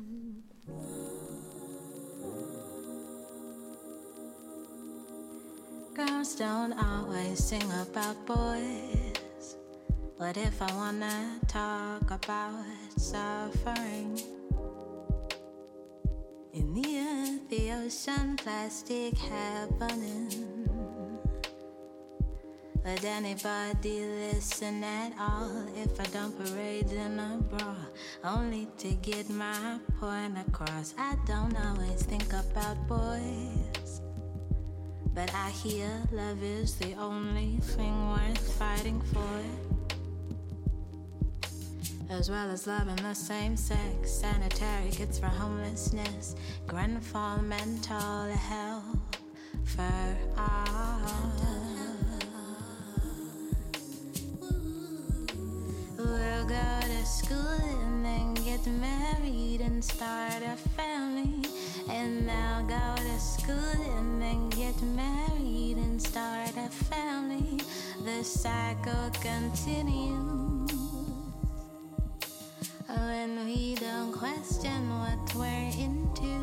Girls don't always sing about boys. What if I wanna talk about suffering? In the earth, the ocean, plastic happening. Would anybody listen at all if I don't parade in a bra? Only to get my point across. I don't always think about boys, but I hear love is the only thing worth fighting for. As well as loving the same sex, sanitary kits for homelessness, grandfall mental health for all. We'll go to school and then get married and start a family. And they'll go to school and then get married and start a family. The cycle continues when we don't question what we're into.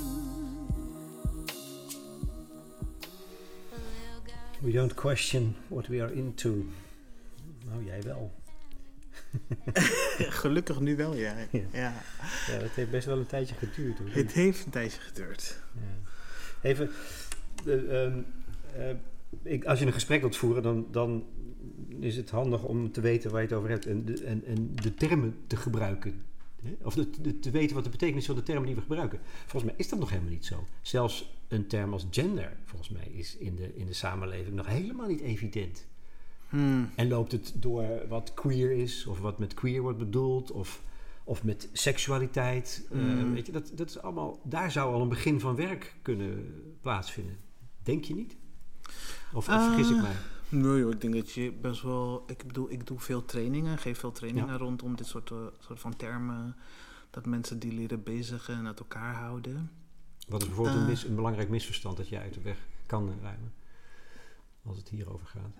We don't question what we are into. Nou, jij wel. Gelukkig nu wel, ja. Ja. ja. Ja, dat heeft best wel een tijdje geduurd. Hoor. Het heeft een tijdje geduurd. Ja. Even, uh, um, uh, ik, als je een gesprek wilt voeren, dan, dan is het handig om te weten waar je het over hebt en de, en, en de termen te gebruiken. Hè? Of de, de, te weten wat de betekenis van de termen die we gebruiken. Volgens mij is dat nog helemaal niet zo. Zelfs een term als gender, volgens mij, is in de, in de samenleving nog helemaal niet evident. Hmm. En loopt het door wat queer is, of wat met queer wordt bedoeld, of, of met seksualiteit. Hmm. Uh, weet je, dat, dat is allemaal, daar zou al een begin van werk kunnen plaatsvinden. Denk je niet? Of, of vergis ik mij? Nee hoor, ik denk dat je best wel... Ik bedoel, ik doe veel trainingen, geef veel trainingen Ja. rondom dit soort, uh, soort van termen. Dat mensen die leren bezigen en uit elkaar houden. Wat is bijvoorbeeld een, Uh. mis, een belangrijk misverstand dat je uit de weg kan ruimen? Als het hierover gaat.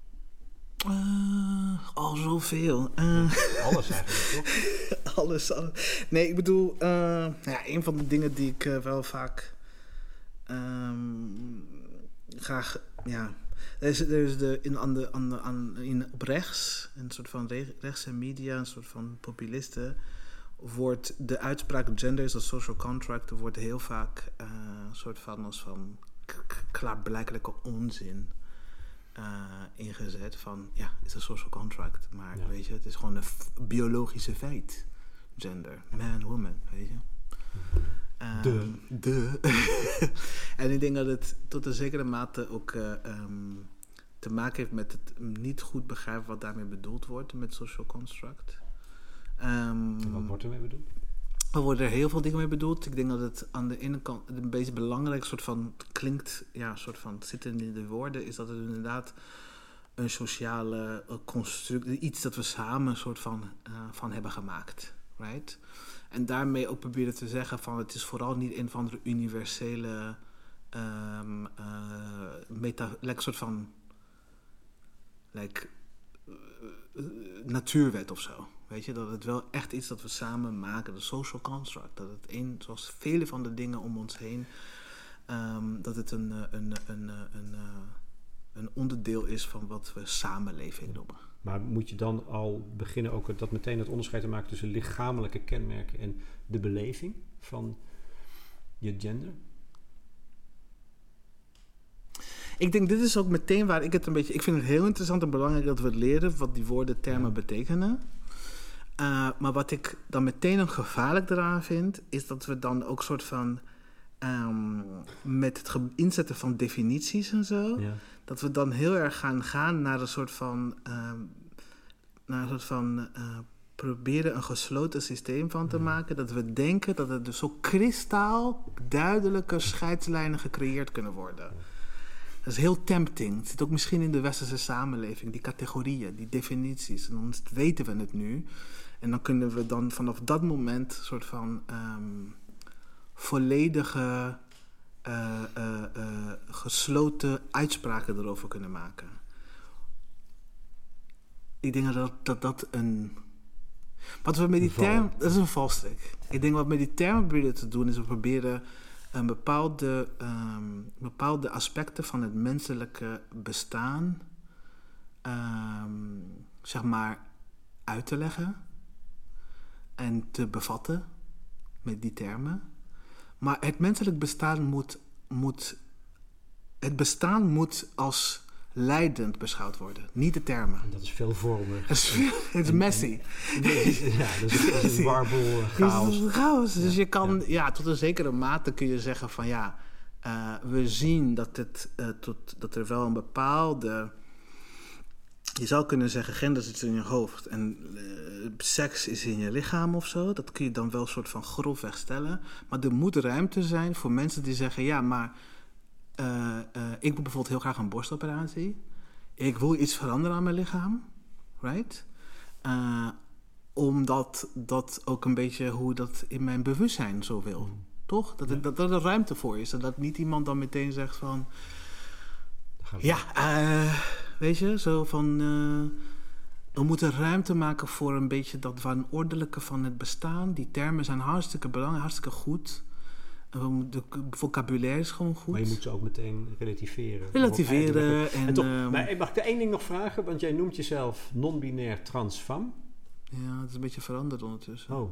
Uh, al zoveel. Uh, Alles eigenlijk, toch? alles, alles. Nee, ik bedoel... Uh, nou ja, een van de dingen die ik uh, wel vaak... Um, graag... Ja... Er is, er is de, in, aan de, aan de, aan, in, op rechts, een soort van re, rechtse media, een soort van populisten, wordt de uitspraak gender is a social contract, wordt heel vaak uh, een soort van als van k- k- klaarblijkelijke onzin uh, ingezet. Van ja, het is een social contract, maar Ja. weet je, het is gewoon een f- biologische feit. Gender, man, woman, weet je. Um, De. de. En ik denk dat het tot een zekere mate ook uh, um, te maken heeft met het niet goed begrijpen wat daarmee bedoeld wordt met social construct. Um, Wat wordt ermee bedoeld? er worden er heel veel dingen mee bedoeld. Ik denk dat het aan de ene kant een beetje belangrijk soort van klinkt, ja, soort van zitten in de woorden, is dat het inderdaad een sociale uh, construct, iets dat we samen soort van, uh, van hebben gemaakt, right? En daarmee ook proberen te zeggen van het is vooral niet een van de universele um, uh, meta, like soort van like, uh, uh, natuurwet of zo. Weet je, dat het wel echt iets dat we samen maken, de social construct. Dat het een, zoals vele van de dingen om ons heen, um, dat het een, een, een, een, een, een onderdeel is van wat we samenleving noemen. Maar moet je dan al beginnen ook dat meteen het onderscheid te maken tussen lichamelijke kenmerken en de beleving van je gender? Ik denk, dit is ook meteen waar ik het een beetje... Ik vind het heel interessant en belangrijk dat we het leren wat die woorden, termen ja. betekenen. Uh, maar wat ik dan meteen een gevaarlijk eraan vind, is dat we dan ook soort van... Um, met het ge- inzetten van definities en zo... Ja. Dat we dan heel erg gaan gaan naar een soort van... Uh, naar een soort van... Uh, proberen een gesloten systeem van te ja. maken. Dat we denken dat er dus zo kristaal duidelijke scheidslijnen gecreëerd kunnen worden. Dat is heel tempting. Het zit ook misschien in de westerse samenleving. Die categorieën, die definities. En dan weten we het nu. En dan kunnen we dan vanaf dat moment... soort van um, volledige... Uh, uh, uh, gesloten uitspraken erover kunnen maken. Ik denk dat dat, dat een... Wat we met die term... Dat is een valstrik. Ik denk wat we met die termen proberen te doen... is we proberen een bepaalde, um, bepaalde aspecten van het menselijke bestaan... Um, zeg maar uit te leggen... en te bevatten met die termen... Maar het menselijk bestaan moet, moet... Het bestaan moet als leidend beschouwd worden. Niet de termen. En dat is veelvormig. Het is, het is messy. En, en, ja, dat is, dat is een warboel, chaos. Het is chaos. Dus ja, je kan... Ja. ja, tot een zekere mate kun je zeggen van... ja, uh, we zien dat, het, uh, tot, dat er wel een bepaalde... Je zou kunnen zeggen, gender zit in je hoofd en uh, seks is in je lichaam of zo. Dat kun je dan wel een soort van grofweg stellen. Maar er moet ruimte zijn voor mensen die zeggen... ja, maar uh, uh, ik wil bijvoorbeeld heel graag een borstoperatie. Ik wil iets veranderen aan mijn lichaam. Right? Uh, omdat dat ook een beetje hoe dat in mijn bewustzijn zo wil. Mm. Toch? Dat, ja. dat, dat er ruimte voor is. En dat niet iemand dan meteen zegt van... Ja, uh, weet je, zo van... Uh, we moeten ruimte maken voor een beetje dat wanordelijke van het bestaan. Die termen zijn hartstikke belangrijk, hartstikke goed. De vocabulaire is gewoon goed. Maar je moet ze ook meteen relativeren. Relativeren. En, en toch, uh, maar mag ik er één ding nog vragen? Want jij noemt jezelf non-binair transfemme. Ja, het is een beetje veranderd ondertussen. Oh.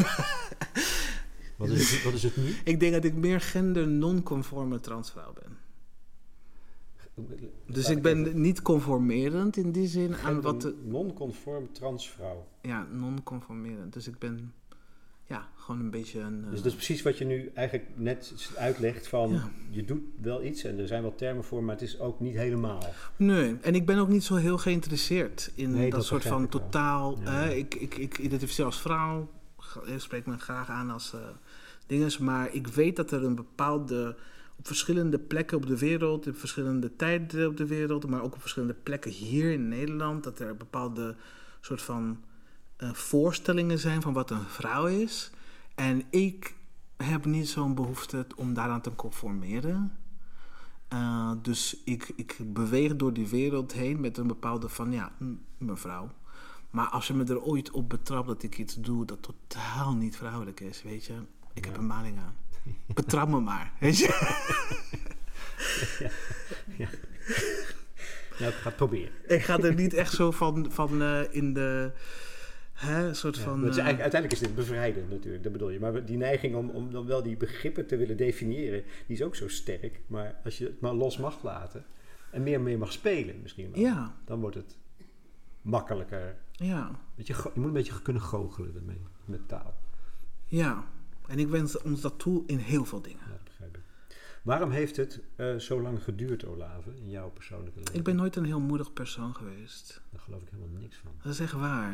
wat, is het, wat is het nu? Ik denk dat ik meer gender non-conforme transvrouw ben. Dus ik ben niet conformerend in die zin aan wat... Een non-conform transvrouw. Ja, non-conformerend. Dus ik ben... Ja, gewoon een beetje een... Uh... Dus dat is precies wat je nu eigenlijk net uitlegt van... Ja. Je doet wel iets en er zijn wel termen voor, maar het is ook niet helemaal. Nee, en ik ben ook niet zo heel geïnteresseerd in nee, dat, dat soort van totaal... Ja. Uh, ik, ik, ik identificeer als vrouw, ik spreek me graag aan als uh, dinges, maar ik weet dat er een bepaalde... Op verschillende plekken op de wereld, op verschillende tijden op de wereld... maar ook op verschillende plekken hier in Nederland... dat er bepaalde soort van... Uh, voorstellingen zijn van wat een vrouw is. En ik heb niet zo'n behoefte om daaraan te conformeren. Uh, dus ik, ik beweeg door die wereld heen met een bepaalde van, ja, mevrouw. Maar als je me er ooit op betrapt dat ik iets doe dat totaal niet vrouwelijk is, weet je. Ik ja. heb een maling aan. Betrap me maar, weet je. Ja, ja. Nou, ik ga het proberen. Ik ga er niet echt zo van, van uh, in de... Hè, soort ja, van, is eigenlijk, uiteindelijk is dit bevrijdend natuurlijk, dat bedoel je. Maar die neiging om, om dan wel die begrippen te willen definiëren, die is ook zo sterk. Maar als je het maar los mag laten en meer en meer mag spelen misschien wel, ja. dan wordt het makkelijker. Ja. Je, je moet een beetje kunnen goochelen ermee, met taal. Ja, en ik wens ons dat toe in heel veel dingen. Ja, dat begrijp ik. Waarom heeft het uh, zo lang geduurd, Olave, in jouw persoonlijke leven? Ik ben nooit een heel moedig persoon geweest. Daar geloof ik helemaal niks van. Dat is echt waar.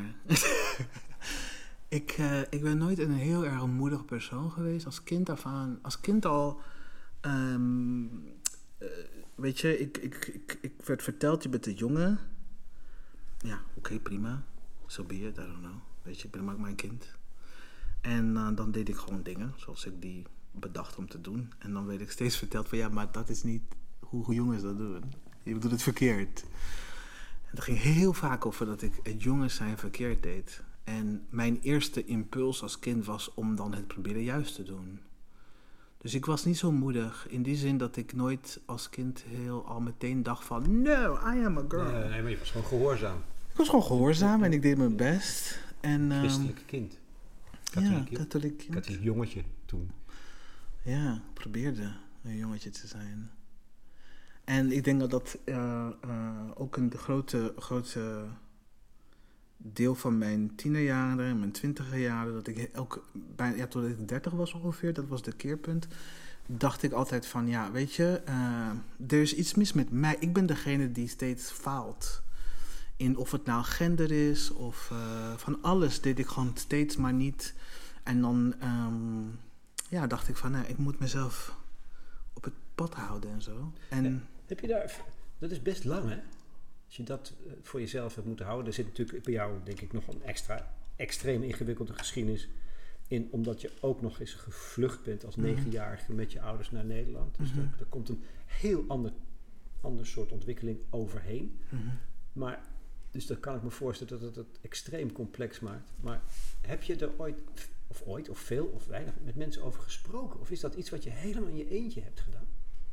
ik, uh, ik ben nooit een heel erg moedig persoon geweest. Als kind af aan, als kind al... Um, uh, weet je, ik, ik, ik, ik werd verteld, je bent een jongen. Ja, oké, okay, prima. So be it, I don't know. Weet je, ik ben maar mijn kind. En uh, dan deed ik gewoon dingen zoals ik die... bedacht om te doen. En dan werd ik steeds verteld van ja, maar dat is niet hoe, hoe jongens dat doen. Je doet het verkeerd. En dat ging heel vaak over dat ik het jongens zijn verkeerd deed. En mijn eerste impuls als kind was om dan het proberen juist te doen. Dus ik was niet zo moedig. In die zin dat ik nooit als kind heel al meteen dacht van no, I am a girl. Nee, nee maar je was gewoon gehoorzaam. Ik was gewoon gehoorzaam en ik deed mijn best. En, Christelijk um, kind. Katholiek, ja, katholiek kind. Katholiek jongetje toen. Ja, ik probeerde een jongetje te zijn. En ik denk dat dat uh, uh, ook een grote, grote deel van mijn tienerjaren en mijn twintiger jaren, dat ik elke, bijna, ja, totdat ik dertig was ongeveer, dat was de keerpunt, dacht ik altijd van, ja, weet je, uh, er is iets mis met mij. Ik ben degene die steeds faalt. In of het nou gender is of uh, van alles deed ik gewoon steeds maar niet. En dan... Um, Ja, dacht ik van, nou, ik moet mezelf op het pad houden en zo. En ja, heb je daar, dat is best lang, hè? Als je dat voor jezelf hebt moeten houden. Er zit natuurlijk bij jou, denk ik, nog een extra, extreem ingewikkelde geschiedenis in. Omdat je ook nog eens gevlucht bent als Mm-hmm. negenjarige met je ouders naar Nederland. Dus mm-hmm. daar, daar komt een heel ander, ander soort ontwikkeling overheen. Mm-hmm. Maar, dus dan kan ik me voorstellen dat het het extreem complex maakt. Maar heb je er ooit... Of ooit, of veel, of weinig met mensen over gesproken? Of is dat iets wat je helemaal in je eentje hebt gedaan?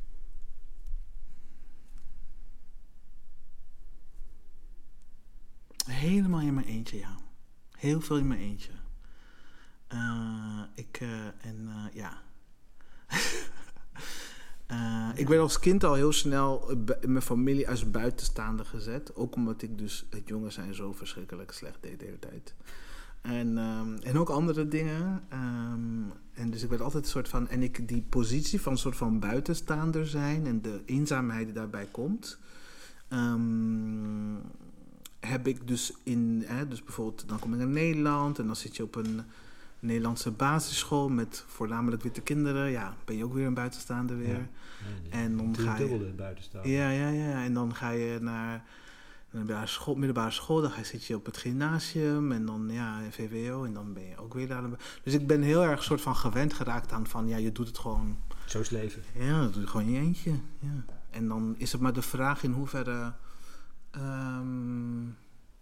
Helemaal in mijn eentje, ja. Heel veel in mijn eentje. Uh, ik, uh, en uh, ja... uh, ik werd als kind al heel snel in mijn familie als buitenstaander gezet. Ook omdat ik dus het jongen zijn zo verschrikkelijk slecht deed de hele tijd. En, um, en ook andere dingen. Um, en dus ik werd altijd een soort van... En ik die positie van een soort van buitenstaander zijn... en de eenzaamheid die daarbij komt... Um, heb ik dus in... Hè, dus bijvoorbeeld, dan kom ik naar Nederland... en dan zit je op een Nederlandse basisschool... met voornamelijk witte kinderen. Ja, ben je ook weer een buitenstaander weer. Ja, ja, en dan ga je... dubbele buitenstaander. Ja, ja, ja. En dan ga je naar... middelbare school, middelbare school, dan zit je op het gymnasium en dan ja, V W O en dan ben je ook weer daar. Dus ik ben heel erg soort van gewend geraakt aan van ja, je doet het gewoon. Zo is leven. Ja, dat doe je gewoon in je eentje. Ja. En dan is het maar de vraag in hoeverre um,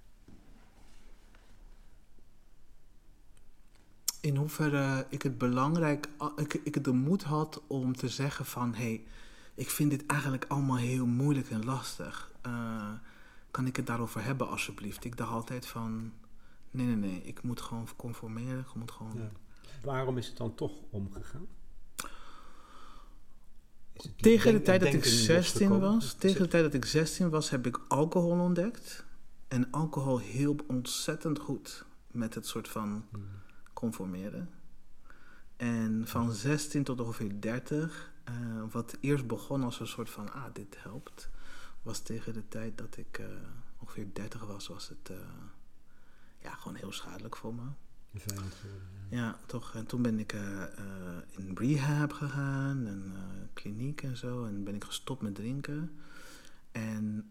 in hoeverre ik het belangrijk, ik, ik de moed had om te zeggen van hé, hey, ik vind dit eigenlijk allemaal heel moeilijk en lastig. Uh, Kan ik het daarover hebben, alsjeblieft? Ik dacht altijd van... Nee, nee, nee. Ik moet gewoon conformeren. Ik moet gewoon... Ja. Waarom is het dan toch omgegaan? Is het Tegen de denk- tijd dat ik denken zestien losgekomen? was, tegen de tijd dat ik zestien was, heb ik alcohol ontdekt. En alcohol hielp ontzettend goed met het soort van Hmm. conformeren. En van zestien tot ongeveer dertig, uh, wat eerst begon als een soort van, ah, dit helpt, was tegen de tijd dat ik uh, ongeveer dertig was, was het uh, ja, gewoon heel schadelijk voor me. Een vijand geworden, ja. Ja, toch. En toen ben ik uh, uh, in rehab gegaan en uh, kliniek en zo. En ben ik gestopt met drinken. En,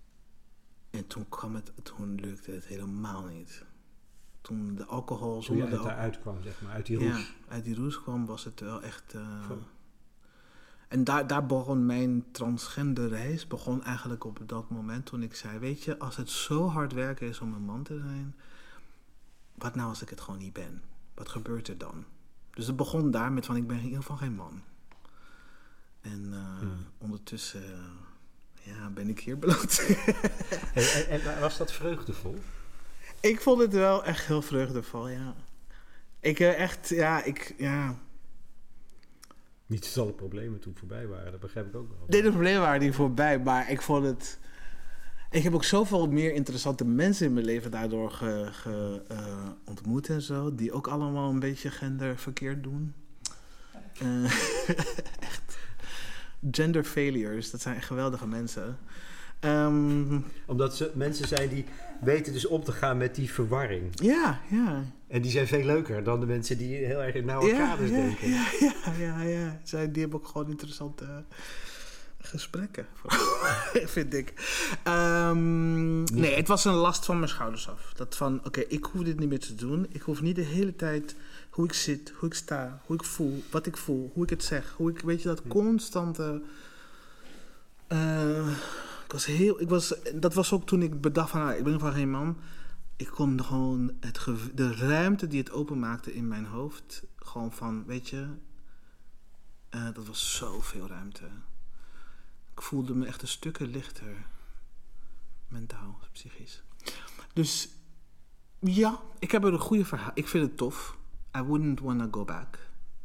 en toen kwam het, toen lukte het helemaal niet. Toen de alcohol... Toen je zonder de daaruit kwam, zeg maar, uit die roes. Ja, uit die roes kwam, was het wel echt... Uh, Goh. en daar, daar begon mijn transgender reis, begon eigenlijk op dat moment toen ik zei, weet je, als het zo hard werken is om een man te zijn, wat nou als ik het gewoon niet ben? Wat gebeurt er dan? Dus het begon daar met van, ik ben in ieder geval geen man. En uh, hmm. ondertussen uh, ja, ben ik hier beland. en, en, en was dat vreugdevol? Ik vond het wel echt heel vreugdevol, ja. Ik uh, echt, ja, ik, ja... Niet dat alle problemen toen voorbij waren, dat begrijp ik ook wel. Nee, de problemen waren niet voorbij, maar ik vond het... Ik heb ook zoveel meer interessante mensen in mijn leven daardoor ge, ge, uh, ontmoet en zo, die ook allemaal een beetje genderverkeerd doen. Uh, echt. Gender failures, dat zijn echt geweldige mensen. Um, Omdat ze mensen zijn die weten dus om te gaan met die verwarring. Ja, ja. En die zijn veel leuker dan de mensen die heel erg in nauwe ja, kaders ja, denken. Ja, ja, ja. ja. Zij, die hebben ook gewoon interessante uh, gesprekken, vind ik. Um, nee, het was een last van mijn schouders af. Dat van, oké, okay, ik hoef dit niet meer te doen. Ik hoef niet de hele tijd hoe ik zit, hoe ik sta, hoe ik voel, wat ik voel, hoe ik het zeg. Hoe ik, weet je, dat constante... Uh, ik was heel... Ik was, dat was ook toen ik bedacht van, ah, ik ben van geen man. Ik kon gewoon het gev- de ruimte die het openmaakte in mijn hoofd, gewoon van, weet je, uh, dat was zoveel ruimte. Ik voelde me echt een stukken lichter. Mentaal, psychisch. Dus ja, ik heb er een goede verhaal. Ik vind het tof. I wouldn't wanna go back.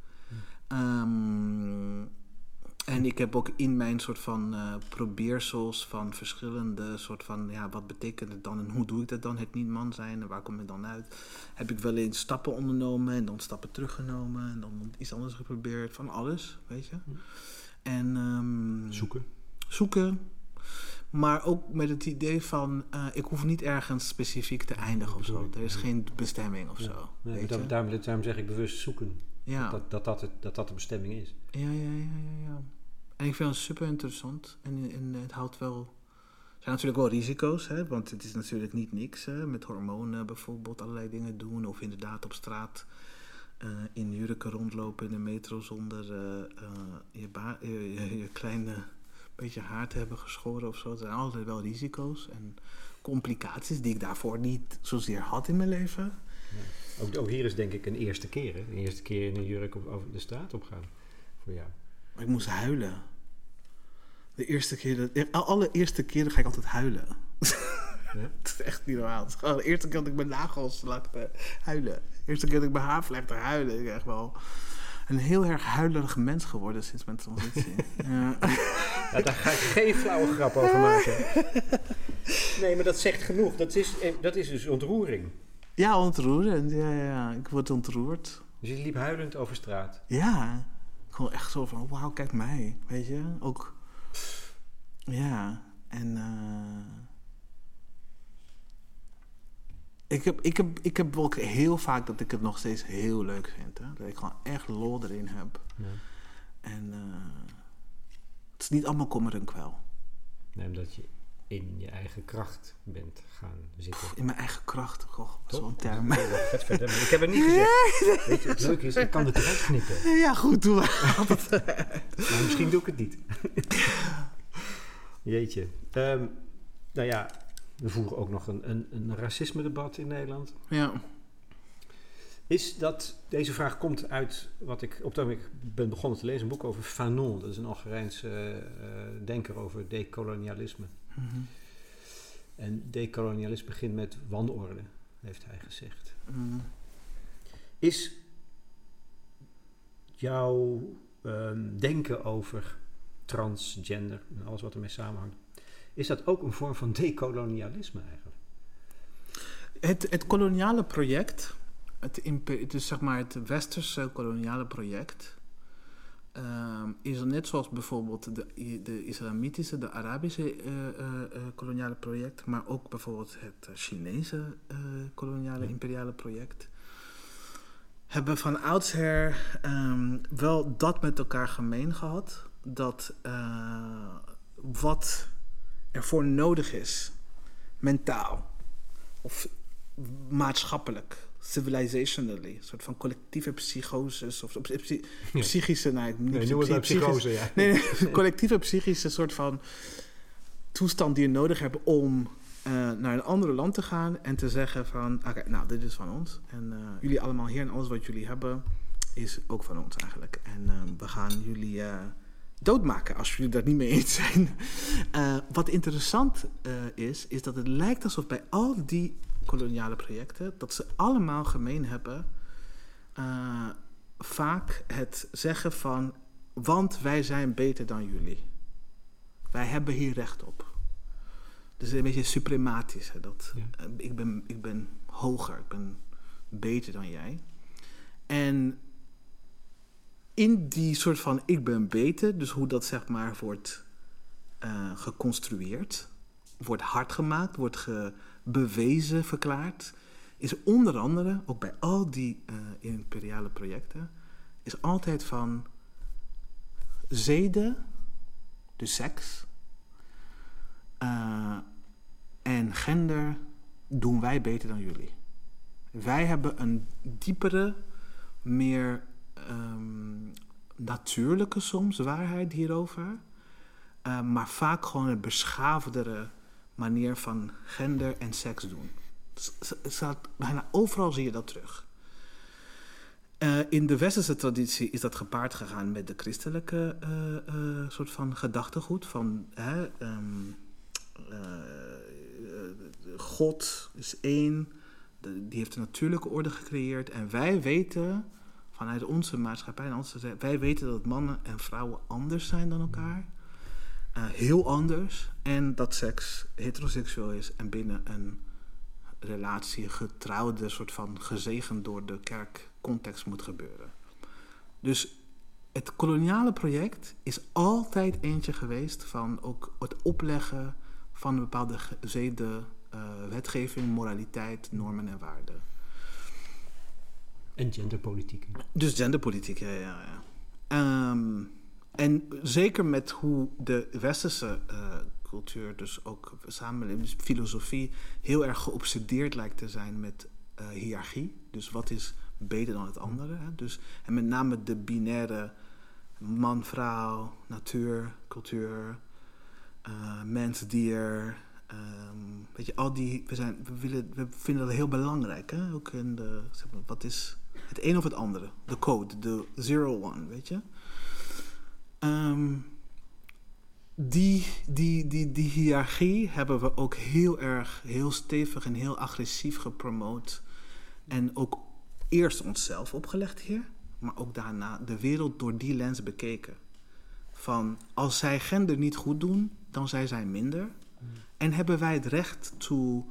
Um, en ik heb ook in mijn soort van uh, probeersels van verschillende soort van, ja, wat betekent het dan en hoe doe ik dat dan, het niet man zijn en waar kom ik dan uit? Heb ik wel eens stappen ondernomen en dan stappen teruggenomen en dan iets anders geprobeerd, van alles, weet je. Mm. En um, zoeken. Zoeken. Maar ook met het idee van, uh, ik hoef niet ergens specifiek te eindigen of zo. Er is geen bestemming of ja. zo. Nee, weet daarom, daarom, daarom zeg ik bewust zoeken. Ja. Dat, dat, dat, het, dat dat de bestemming is. Ja, ja, ja, ja, ja. En ik vind het super interessant. En, en het houdt wel... Er zijn natuurlijk wel risico's, hè? Want het is natuurlijk niet niks. Hè? Met hormonen bijvoorbeeld allerlei dingen doen. Of inderdaad op straat uh, in jurken rondlopen in de metro zonder uh, uh, je, ba- je, je, je kleine beetje haar te hebben geschoren of zo. Er zijn altijd wel risico's en complicaties die ik daarvoor niet zozeer had in mijn leven. Ja. Ook, ook hier is denk ik een eerste keer, hè? Een eerste keer in een jurk op, over de straat opgaan voor jou. Maar ik moest huilen. De eerste keer, de allereerste keer ga ik altijd huilen. Ja? Het is echt niet normaal. Het is gewoon de eerste keer dat ik mijn nagels lakte, huilen. De eerste keer dat ik mijn haar vlekte, huilen. Ik ben echt wel een heel erg huilerig mens geworden sinds mijn transitie. Ja. Ja, daar ga ik geen flauwe grap over maken. Nee, maar dat zegt genoeg. Dat is, dat is dus ontroering. Ja, ontroerend. Ja, ja, ik word ontroerd. Dus je liep huilend over straat? Ja. Gewoon echt zo van, wauw, kijk mij. Weet je? Ook... Ja. En... Uh... Ik heb, ik, heb, ik heb ook heel vaak dat ik het nog steeds heel leuk vind. Hè? Dat ik gewoon echt lol erin heb. Ja. En... Uh... Het is niet allemaal kommer en kwel. Nee, omdat je in je eigen kracht bent gaan zitten. In mijn eigen kracht, goh, zo'n term. Vet verder. Ik heb het niet gezegd. Weet je, het leuke is, ik kan het eruit knippen. Ja, goed, doe maar. Maar misschien doe ik het niet. Jeetje. Um, nou ja, we voeren ook nog een, een, een racisme-debat in Nederland. Ja. Is dat, deze vraag komt uit wat ik op dat ik ben begonnen te lezen, een boek over Fanon. Dat is een Algerijnse uh, denker over dekolonialisme. Mm-hmm. En dekolonialisme begint met wanorde, heeft hij gezegd. Mm. Is jouw um, denken over transgender en alles wat ermee samenhangt. Is dat ook een vorm van dekolonialisme eigenlijk? Het, het koloniale project, het, imper, dus zeg maar het westerse koloniale project, um, is net zoals bijvoorbeeld de, de islamitische, de Arabische uh, uh, uh, koloniale project, maar ook bijvoorbeeld het Chinese uh, koloniale imperiale project, hebben van oudsher um, wel dat met elkaar gemeen gehad, dat uh, wat ervoor nodig is, mentaal of maatschappelijk, civilizationally, een soort van collectieve psychoses of psy- ja. psychische, nee, niet nee, noem het maar psychose, ja. Nee, nee, collectieve psychische soort van toestand die je nodig hebt om uh, naar een ander land te gaan en te zeggen van, oké, okay, nou, dit is van ons en uh, jullie allemaal hier en alles wat jullie hebben is ook van ons eigenlijk. En uh, we gaan jullie uh, doodmaken als jullie daar niet mee eens zijn. Uh, wat interessant uh, is, is dat het lijkt alsof bij al die koloniale projecten, dat ze allemaal gemeen hebben, uh, vaak het zeggen van, want wij zijn beter dan jullie. Wij hebben hier recht op. Dus een beetje suprematisch. Hè, dat, ja. uh, ik, ben, ik ben hoger, ik ben beter dan jij. En in die soort van ik ben beter, dus hoe dat zeg maar wordt uh, geconstrueerd, wordt hard gemaakt, wordt ge, bewezen verklaard, is onder andere, ook bij al die uh, imperiale projecten, is altijd van zeden, dus seks, uh, en gender doen wij beter dan jullie. Wij hebben een diepere, meer um, natuurlijke soms waarheid hierover, uh, maar vaak gewoon een beschaafdere manier van gender en seks doen. Staat, bijna overal zie je dat terug. Uh, in de westerse traditie is dat gepaard gegaan met de christelijke uh, uh, soort van gedachtegoed van hè, um, uh, God is één, de, die heeft een natuurlijke orde gecreëerd en wij weten vanuit onze maatschappij, en onze, wij weten dat mannen en vrouwen anders zijn dan elkaar. Uh, heel anders. En dat seks heteroseksueel is en binnen een relatie getrouwde, soort van gezegend door de kerk context moet gebeuren. Dus het koloniale project is altijd eentje geweest van ook het opleggen van een bepaalde zeden, uh, wetgeving, moraliteit, normen en waarden. En genderpolitiek. Dus genderpolitiek, ja, ja, ja. Um, En zeker met hoe de westerse uh, cultuur, dus ook samenleving, dus filosofie, heel erg geobsedeerd lijkt te zijn met uh, hiërarchie. Dus wat is beter dan het andere? Hè? Dus, en met name de binaire man, vrouw, natuur, cultuur, uh, mens, dier. Um, weet je, al die, we, zijn, we, willen, we vinden dat heel belangrijk. Hè? Ook in de, zeg maar, wat is het een of het andere? De code, de zero one, weet je? Um, die, die, die, die hiërarchie hebben we ook heel erg, heel stevig en heel agressief gepromoot. En ook eerst onszelf opgelegd hier, maar ook daarna de wereld door die lens bekeken. Van als zij gender niet goed doen, dan zijn zij minder. Mm. En hebben wij het recht toe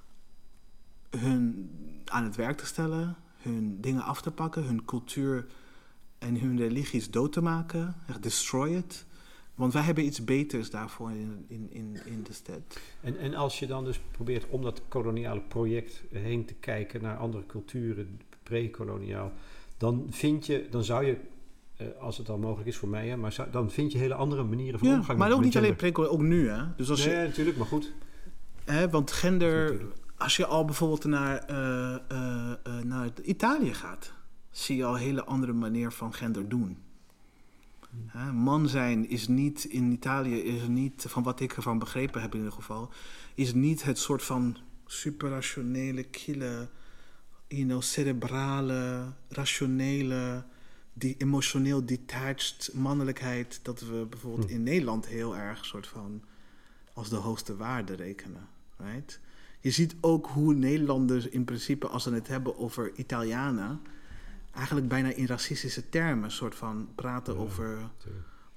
hun aan het werk te stellen, hun dingen af te pakken, hun cultuur en hun religies dood te maken, destroy it. Want wij hebben iets beters daarvoor in, in, in, in de stad. En, en als je dan dus probeert om dat koloniale project heen te kijken naar andere culturen, pre-koloniaal, dan vind je, dan zou je, uh, als het dan mogelijk is voor mij, hè, maar zou, dan vind je hele andere manieren van ja, omgang maar met ook niet gender. alleen pre-koloniaal, ook nu, hè? Dus als nee, je, natuurlijk, maar goed. Hè, want gender, als je al bijvoorbeeld naar, uh, uh, uh, naar Italië gaat, zie je al een hele andere manier van gender doen. He, man zijn is niet, in Italië is niet, van wat ik ervan begrepen heb in ieder geval, is niet het soort van superrationele, kille, you know, cerebrale, rationele, die emotioneel detached mannelijkheid dat we bijvoorbeeld hm. in Nederland heel erg soort van als de hoogste waarde rekenen. Right? Je ziet ook hoe Nederlanders in principe, als ze het hebben over Italianen, eigenlijk bijna in racistische termen soort van praten ja, over natuurlijk.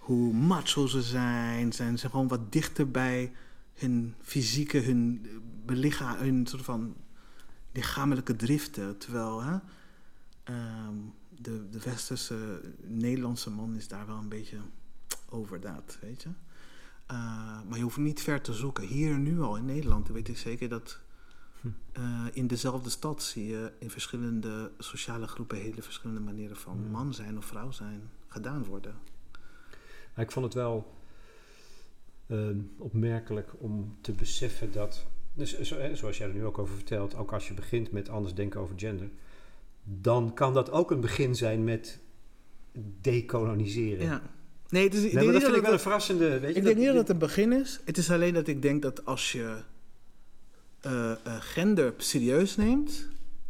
hoe macho ze zijn. Zijn ze gewoon wat dichter bij hun fysieke, hun belicha- hun soort van lichamelijke driften. Terwijl hè, um, de, de westerse Nederlandse man is daar wel een beetje over dat, weet je. Uh, maar je hoeft niet ver te zoeken. Hier nu al in Nederland weet ik zeker dat uh, in dezelfde stad zie je in verschillende sociale groepen hele verschillende manieren van Hmm. man zijn of vrouw zijn gedaan worden. Maar ik vond het wel uh, opmerkelijk om te beseffen dat, dus, zo, hè, zoals jij er nu ook over vertelt, ook als je begint met anders denken over gender, dan kan dat ook een begin zijn met decoloniseren. Ja. Nee, het is, ik Nee, denk maar dat niet vind ik dat wel een het- verrassende... Weet je, Ik denk niet dat het een begin is. Het is alleen dat ik denk dat als je uh, uh, gender serieus neemt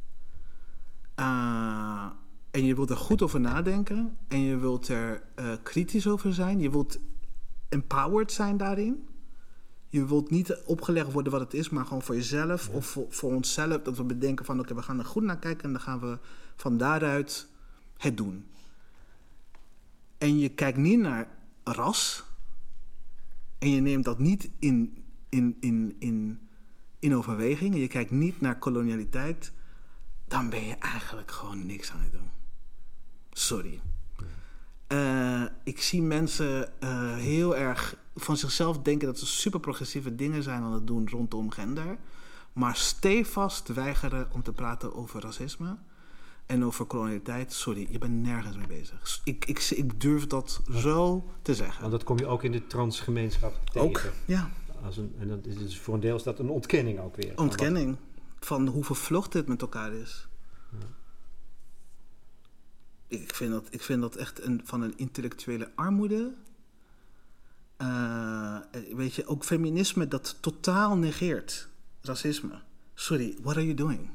uh, en je wilt er goed over nadenken en je wilt er uh, kritisch over zijn, je wilt empowered zijn daarin. Je wilt niet opgelegd worden wat het is, maar gewoon voor jezelf Ja. of voor, voor onszelf. Dat we bedenken van oké, okay, we gaan er goed naar kijken en dan gaan we van daaruit het doen. En je kijkt niet naar ras. En je neemt dat niet in, in, in, in, in overweging. En je kijkt niet naar kolonialiteit. Dan ben je eigenlijk gewoon niks aan het doen. Sorry. Uh, ik zie mensen uh, heel erg van zichzelf denken dat ze super progressieve dingen zijn aan het doen rondom gender. Maar stevast weigeren om te praten over racisme. En over kolonialiteit, sorry, je bent nergens mee bezig. Ik, ik, ik durf dat zo te zeggen. Want dat kom je ook in de transgemeenschap tegen. Ook, ja. Als een, en dat is dus voor een deel is dat een ontkenning ook weer. Ontkenning van hoe vervlochten het met elkaar is. Ja. Ik vind dat, ik vind dat echt een, van een intellectuele armoede. Uh, weet je, ook feminisme dat totaal negeert racisme. Sorry, what are you doing?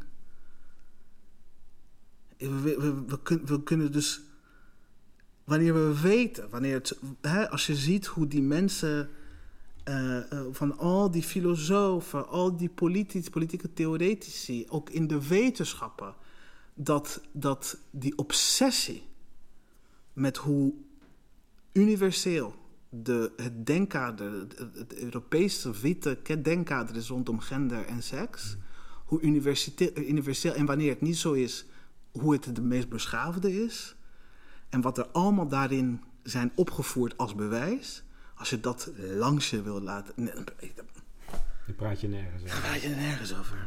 We, we, we, kun, we kunnen dus, wanneer we weten, wanneer het, hè, als je ziet hoe die mensen, uh, uh, van al die filosofen, al die politici, politieke theoretici, ook in de wetenschappen, dat, dat die obsessie met hoe universeel de, het denkkader, het, het Europese witte denkkader is rondom gender en seks, mm. hoe universeel, en wanneer het niet zo is, hoe het het meest beschaafde is. En wat er allemaal daarin zijn opgevoerd als bewijs. Als je dat langs je wil laten... Nee, dan praat je nergens over. Dan praat je er nergens over.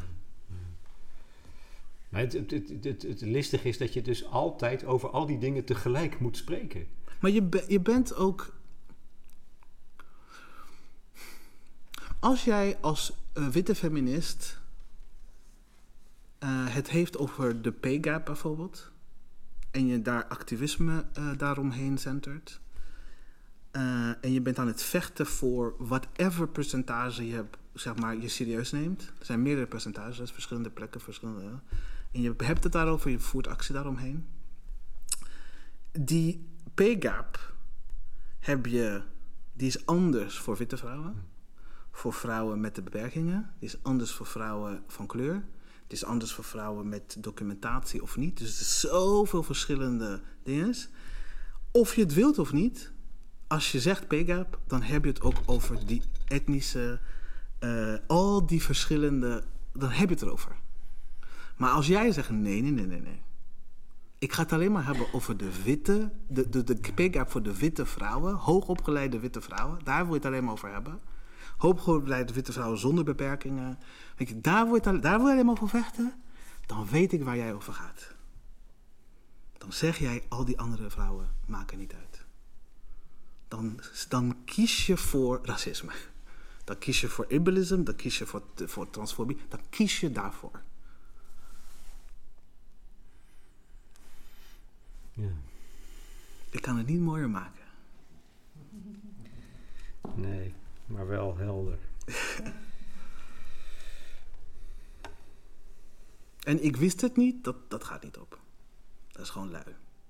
Maar het, het, het, het, het listige is dat je dus altijd over al die dingen tegelijk moet spreken. Maar je, be, je bent ook... Als jij als uh, witte feminist... Uh, het heeft over de pay gap bijvoorbeeld. En je daar activisme uh, daaromheen centert. Uh, en je bent aan het vechten voor whatever percentage je hebt, zeg maar, je serieus neemt. Er zijn meerdere percentages, verschillende plekken, verschillende. Uh, en je hebt het daarover, je voert actie daaromheen. Die pay gap heb je, die is anders voor witte vrouwen. Voor vrouwen met de beperkingen. Die is anders voor vrouwen van kleur. Het is anders voor vrouwen met documentatie of niet. Dus er zijn zoveel verschillende dingen. Of je het wilt of niet, als je zegt pay gap, dan heb je het ook over die etnische, uh, al die verschillende, dan heb je het erover. Maar als jij zegt nee, nee, nee, nee, nee. Ik ga het alleen maar hebben over de witte, de, de, de pay gap voor de witte vrouwen, hoogopgeleide witte vrouwen. Daar wil je het alleen maar over hebben. Hoogopgeleide witte vrouwen zonder beperkingen. Weet je, daar, wil je, daar wil je alleen maar voor vechten. Dan weet ik waar jij over gaat. Dan zeg jij, al die andere vrouwen maken niet uit. Dan, dan kies je voor racisme. Dan kies je voor ableism, dan kies je voor, voor transfobie. Dan kies je daarvoor. Ja. Ik kan het niet mooier maken. Nee, maar wel helder. En ik wist het niet, dat, dat gaat niet op. Dat is gewoon lui.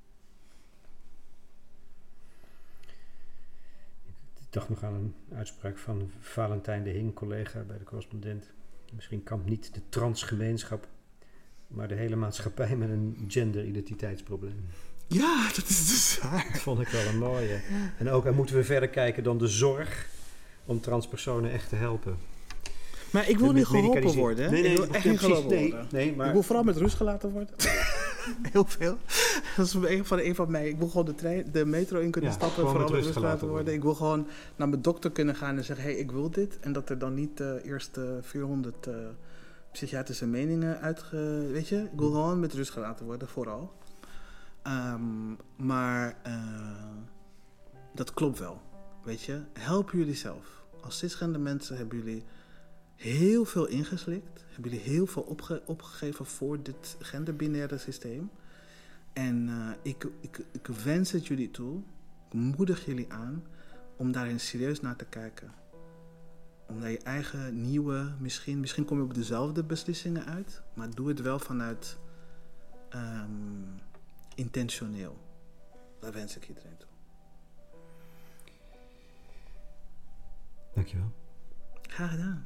Ik dacht nog aan een uitspraak van Valentijn de Hing, collega bij de Correspondent. Misschien kampt niet de transgemeenschap, maar de hele maatschappij met een gender-identiteitsprobleem. Ja, dat is dus waar. Dat vond ik wel een mooie. Ja. En ook, en moeten we verder kijken dan de zorg om transpersonen echt te helpen. Maar ik wil niet geholpen worden. Nee, nee, ik wil echt niet geholpen nee, worden. Nee, maar... Ik wil vooral met rust gelaten worden. Heel veel. Dat is een van, een van mij. Ik wil gewoon de, trein, de metro in kunnen ja, stappen. Vooral met rust gelaten worden. worden. Ik wil gewoon naar mijn dokter kunnen gaan en zeggen... hé, hey, ik wil dit. En dat er dan niet uh, eerst uh, vierhonderd uh, psychiatrische meningen uitge... Weet je? Ik wil gewoon met rust gelaten worden, vooral. Um, maar uh, dat klopt wel. Weet je? Help jullie zelf. Als cisgender mensen hebben jullie heel veel ingeslikt. Hebben jullie heel veel opge- opgegeven voor dit genderbinaire systeem. En uh, ik, ik, ik wens het jullie toe. Ik moedig jullie aan om daarin serieus naar te kijken. Om naar je eigen nieuwe, misschien, misschien kom je op dezelfde beslissingen uit. Maar doe het wel vanuit um, intentioneel. Daar wens ik iedereen toe. Dankjewel. Graag gedaan.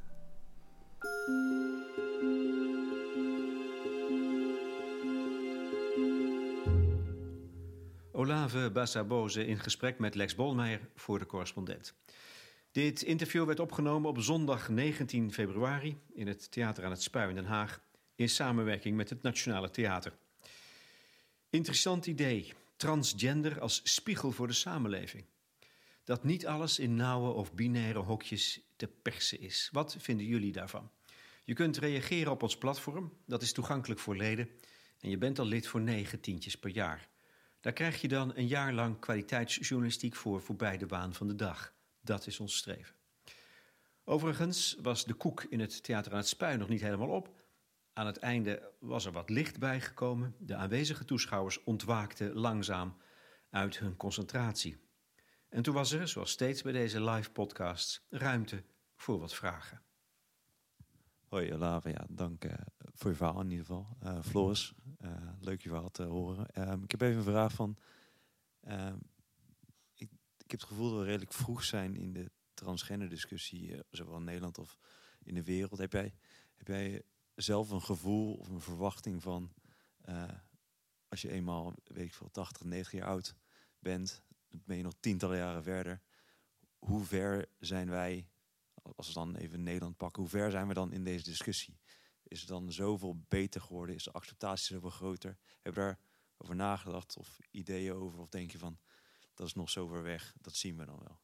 Olave Basabose in gesprek met Lex Bolmeijer voor de correspondent. Dit interview werd opgenomen op zondag negentien februari in het Theater aan het Spui in Den Haag in samenwerking met het Nationale Theater. Interessant idee, transgender als spiegel voor de samenleving. Dat niet alles in nauwe of binaire hokjes te persen is. Wat vinden jullie daarvan? Je kunt reageren op ons platform, dat is toegankelijk voor leden en je bent al lid voor negen tientjes per jaar. Daar krijg je dan een jaar lang kwaliteitsjournalistiek voor voorbij de waan van de dag. Dat is ons streven. Overigens was de koek in het Theater aan het Spui nog niet helemaal op. Aan het einde was er wat licht bijgekomen. De aanwezige toeschouwers ontwaakten langzaam uit hun concentratie. En toen was er, zoals steeds bij deze live podcasts, ruimte voor wat vragen. Hoi Olave, ja, dank uh, voor je verhaal in ieder geval. Uh, Floris, uh, leuk je verhaal te horen. Uh, ik heb even een vraag van... Uh, ik, ik heb het gevoel dat we redelijk vroeg zijn in de transgender discussie, uh, zowel in Nederland of in de wereld. Heb jij, heb jij zelf een gevoel of een verwachting van... Uh, als je eenmaal, weet ik veel, tachtig, negentig jaar oud bent... ben je nog tientallen jaren verder. Hoe ver zijn wij... Als we dan even Nederland pakken, hoe ver zijn we dan in deze discussie? Is het dan zoveel beter geworden? Is de acceptatie zoveel groter? Heb je daarover nagedacht of ideeën over? Of denk je van, dat is nog zo ver weg, dat zien we dan wel?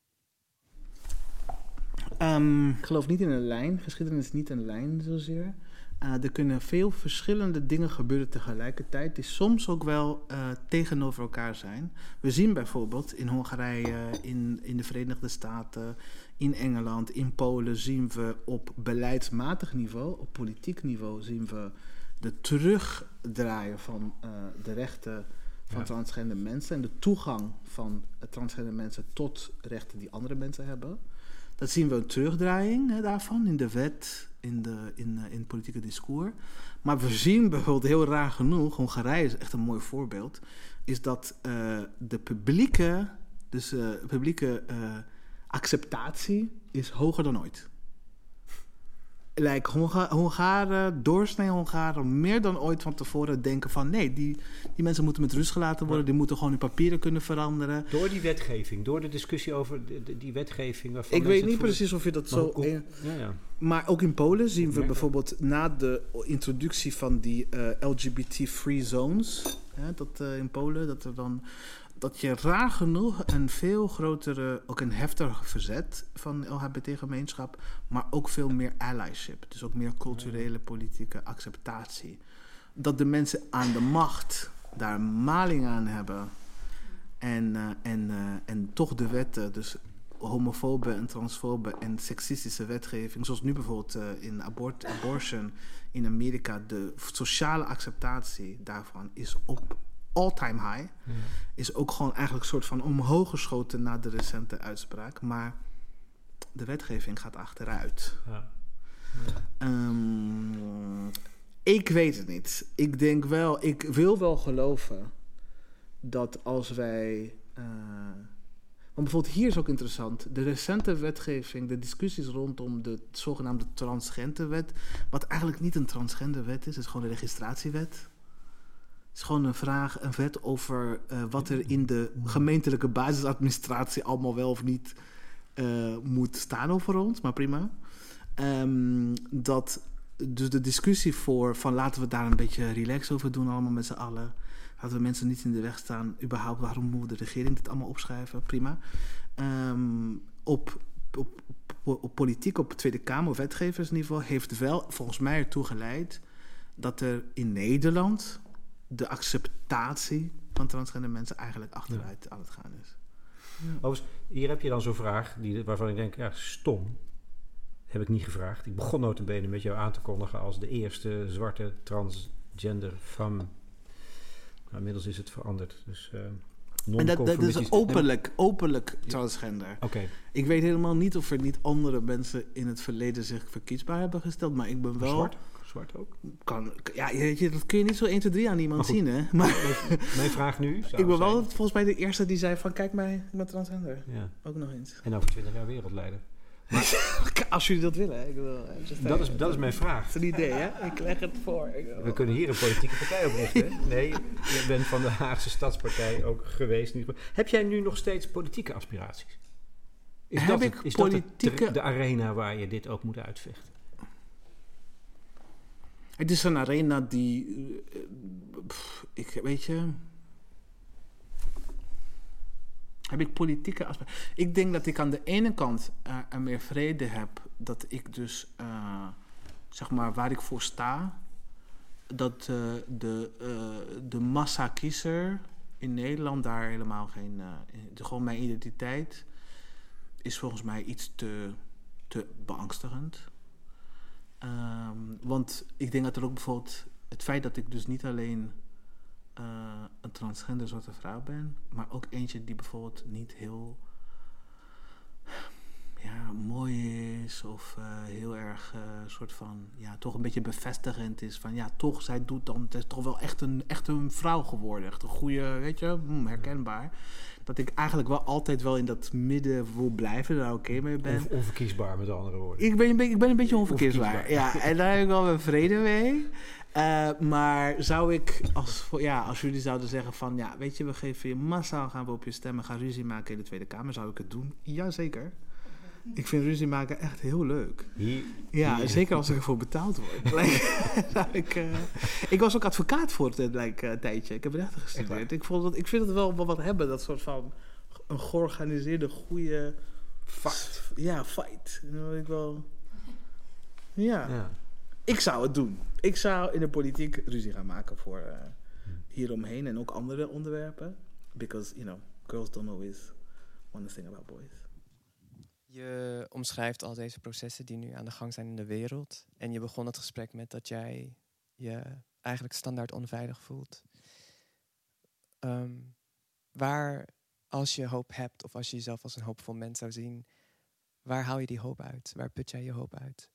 Um, ik geloof niet in een lijn. Geschiedenis is niet een lijn zozeer. Uh, er kunnen veel verschillende dingen gebeuren tegelijkertijd... die soms ook wel uh, tegenover elkaar zijn. We zien bijvoorbeeld in Hongarije, in, in de Verenigde Staten... in Engeland, in Polen zien we op beleidsmatig niveau... op politiek niveau zien we de terugdraaien van uh, de rechten van ja. transgender mensen... en de toegang van transgender mensen tot rechten die andere mensen hebben... Dat zien we een terugdraaiing hè, daarvan in de wet, in, de, in, uh, in het politieke discours. Maar we zien bijvoorbeeld heel raar genoeg, Hongarije is echt een mooi voorbeeld, is dat uh, de publieke, dus, uh, publieke uh, acceptatie is hoger dan ooit. Like Honga- Hongaren, doorsnee Hongaren, meer dan ooit van tevoren denken van... nee, die, die mensen moeten met rust gelaten worden. Die moeten gewoon hun papieren kunnen veranderen. Door die wetgeving, door de discussie over de, de, die wetgeving... Ik weet niet precies of je dat maar zo... Ook, ja, ja. Maar ook in Polen zien we bijvoorbeeld na de introductie van die uh, L G B T-free zones... Hè, dat uh, in Polen, dat er dan... dat je raar genoeg een veel grotere, ook een heftiger verzet van de L H B T-gemeenschap, maar ook veel meer allyship. Dus ook meer culturele, politieke acceptatie. Dat de mensen aan de macht daar maling aan hebben en, uh, en, uh, en toch de wetten, dus homofobe en transfobe en seksistische wetgeving, zoals nu bijvoorbeeld uh, in abort- abortion in Amerika, de sociale acceptatie daarvan is op all-time high. Ja. Is ook gewoon eigenlijk een soort van omhoog geschoten na de recente uitspraak. Maar de wetgeving gaat achteruit. Ja. Ja. Um, ik weet het niet. Ik denk wel, ik wil wel geloven dat als wij... Uh, want bijvoorbeeld hier is ook interessant. De recente wetgeving, de discussies rondom de zogenaamde transgenderwet, wat eigenlijk niet een transgenderwet is, het is gewoon een registratiewet. is gewoon een vraag, een wet over uh, wat er in de gemeentelijke basisadministratie allemaal wel of niet uh, moet staan over ons. Maar prima. Um, dat dus de discussie voor van laten we daar een beetje relax over doen allemaal met z'n allen. Laten we mensen niet in de weg staan. Überhaupt, waarom moet de regering dit allemaal opschrijven? Prima. Um, op, op, op, op politiek, op Tweede Kamer, wetgeversniveau, heeft wel volgens mij ertoe geleid dat er in Nederland de acceptatie van transgender mensen eigenlijk achteruit ja. aan het gaan is. Ja. Oh, hier heb je dan zo'n vraag die, waarvan ik denk, ja, stom. Heb ik niet gevraagd. Ik begon nota bene met jou aan te kondigen als de eerste zwarte transgender femme. Nou, inmiddels is het veranderd. Dus, uh, en dat, dat is openlijk, openlijk transgender. Okay. Ik weet helemaal niet of er niet andere mensen in het verleden zich verkiesbaar hebben gesteld, maar ik ben wel... Zwart? Zwart ook? Kan, ja, je, dat kun je niet zo één, twee, drie aan iemand zien, hè? Maar mijn, mijn vraag nu zou ik ben wel zijn... volgens mij de eerste die zei van, kijk mij, ik ben transgender. Ja. Ook nog eens. En over twintig jaar wereldleider. Maar, als jullie dat willen. Ik wil, dat, is, dat is mijn vraag. Dat is een idee, hè? Ik leg het voor. We kunnen hier een politieke partij oprichten. Nee, je bent van de Haagse Stadspartij ook geweest. Heb jij nu nog steeds politieke aspiraties? Is Heb dat, ik is politieke... dat de, de arena waar je dit ook moet uitvechten? Het is een arena die... Uh, pff, ik weet je... Heb ik politieke aspecten? Ik denk dat ik aan de ene kant uh, er meer vrede heb dat ik dus, uh, zeg maar, waar ik voor sta, dat uh, de, uh, de massa-kiezer in Nederland daar helemaal geen... Uh, de, gewoon mijn identiteit is volgens mij iets te, te beangstigend. Um, want ik denk dat er ook bijvoorbeeld het feit dat ik dus niet alleen... Uh, een transgender zwarte vrouw ben, maar ook eentje die bijvoorbeeld niet heel ja, mooi is of uh, heel erg uh, soort van, ja, toch een beetje bevestigend is van, ja, toch, zij doet dan, het is toch wel echt een, echt een vrouw geworden, echt een goede, weet je, mm, herkenbaar. Dat ik eigenlijk wel altijd wel in dat midden wil blijven, daar oké okay mee ben. On- onverkiesbaar, met andere woorden. Ik ben, ik ben een beetje onverkiesbaar, onverkiesbaar. Ja, en daar heb ik wel weer vrede mee. Uh, maar zou ik, als, ja, als jullie zouden zeggen van, ja, weet je, we geven je massaal, gaan we op je stemmen, gaan ruzie maken in de Tweede Kamer, zou ik het doen? Jazeker. Ik vind ruzie maken echt heel leuk. Hier, ja, hier. Zeker als ik ervoor betaald word. like, ik, uh, ik was ook advocaat voor het like, uh, tijdje. Ik heb rechten gestudeerd. Ik, vond dat, ik vind het wel, wel wat hebben, dat soort van een georganiseerde, goede fight. Ja, fight. Ik wel, ja. ja. Ik zou het doen. Ik zou in de politiek ruzie gaan maken voor uh, hieromheen en ook andere onderwerpen. Because, you know, girls don't always want to think about boys. Je omschrijft al deze processen die nu aan de gang zijn in de wereld. En je begon het gesprek met dat jij je eigenlijk standaard onveilig voelt. Um, waar, als je hoop hebt, of als je jezelf als een hoopvol mens zou zien, waar haal je die hoop uit? Waar put jij je hoop uit?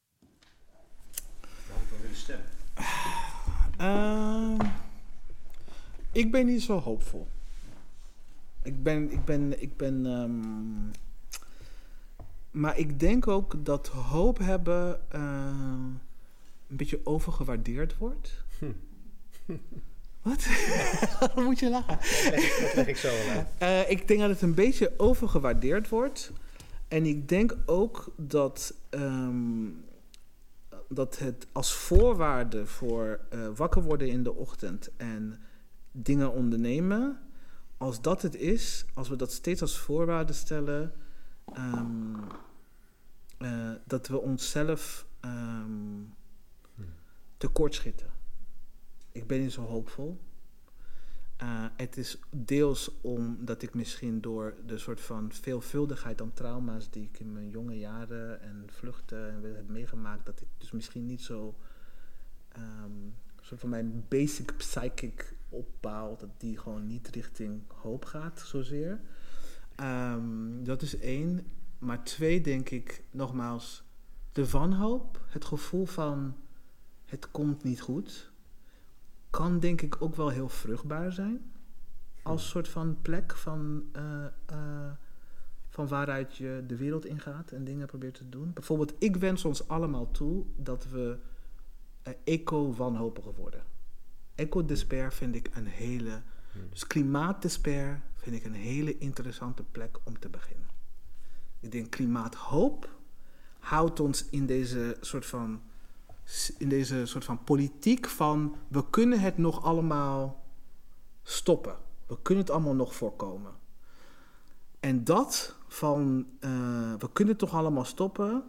Uh, ik ben niet zo hoopvol. Ik ben, ik ben, ik ben. Um, maar ik denk ook dat hoop hebben uh, een beetje overgewaardeerd wordt. Hm. Wat? Waarom moet je lachen? Dat leg, dat leg ik zo wel uit. Uh, ik denk dat het een beetje overgewaardeerd wordt. En ik denk ook dat. Um, dat het als voorwaarde voor uh, wakker worden in de ochtend en dingen ondernemen, als dat het is, als we dat steeds als voorwaarde stellen, um, uh, dat we onszelf um, tekortschieten. Ik ben niet zo hoopvol. Uh, het is deels omdat ik misschien door de soort van veelvuldigheid aan trauma's die ik in mijn jonge jaren en vluchten en heb meegemaakt, dat ik dus misschien niet zo um, soort van mijn basic psychic opbouw, dat die gewoon niet richting hoop gaat zozeer. Um, dat is één. Maar twee, denk ik, nogmaals, de wanhoop, het gevoel van het komt niet goed, kan denk ik ook wel heel vruchtbaar zijn. Als soort van plek van, uh, uh, van waaruit je de wereld ingaat en dingen probeert te doen. Bijvoorbeeld, ik wens ons allemaal toe dat we uh, eco-wanhopiger worden. Ecodespair vind ik een hele... Dus klimaatdespair vind ik een hele interessante plek om te beginnen. Ik denk klimaathoop houdt ons in deze soort van... in deze soort van politiek van... we kunnen het nog allemaal stoppen. We kunnen het allemaal nog voorkomen. En dat van... Uh, we kunnen het toch allemaal stoppen...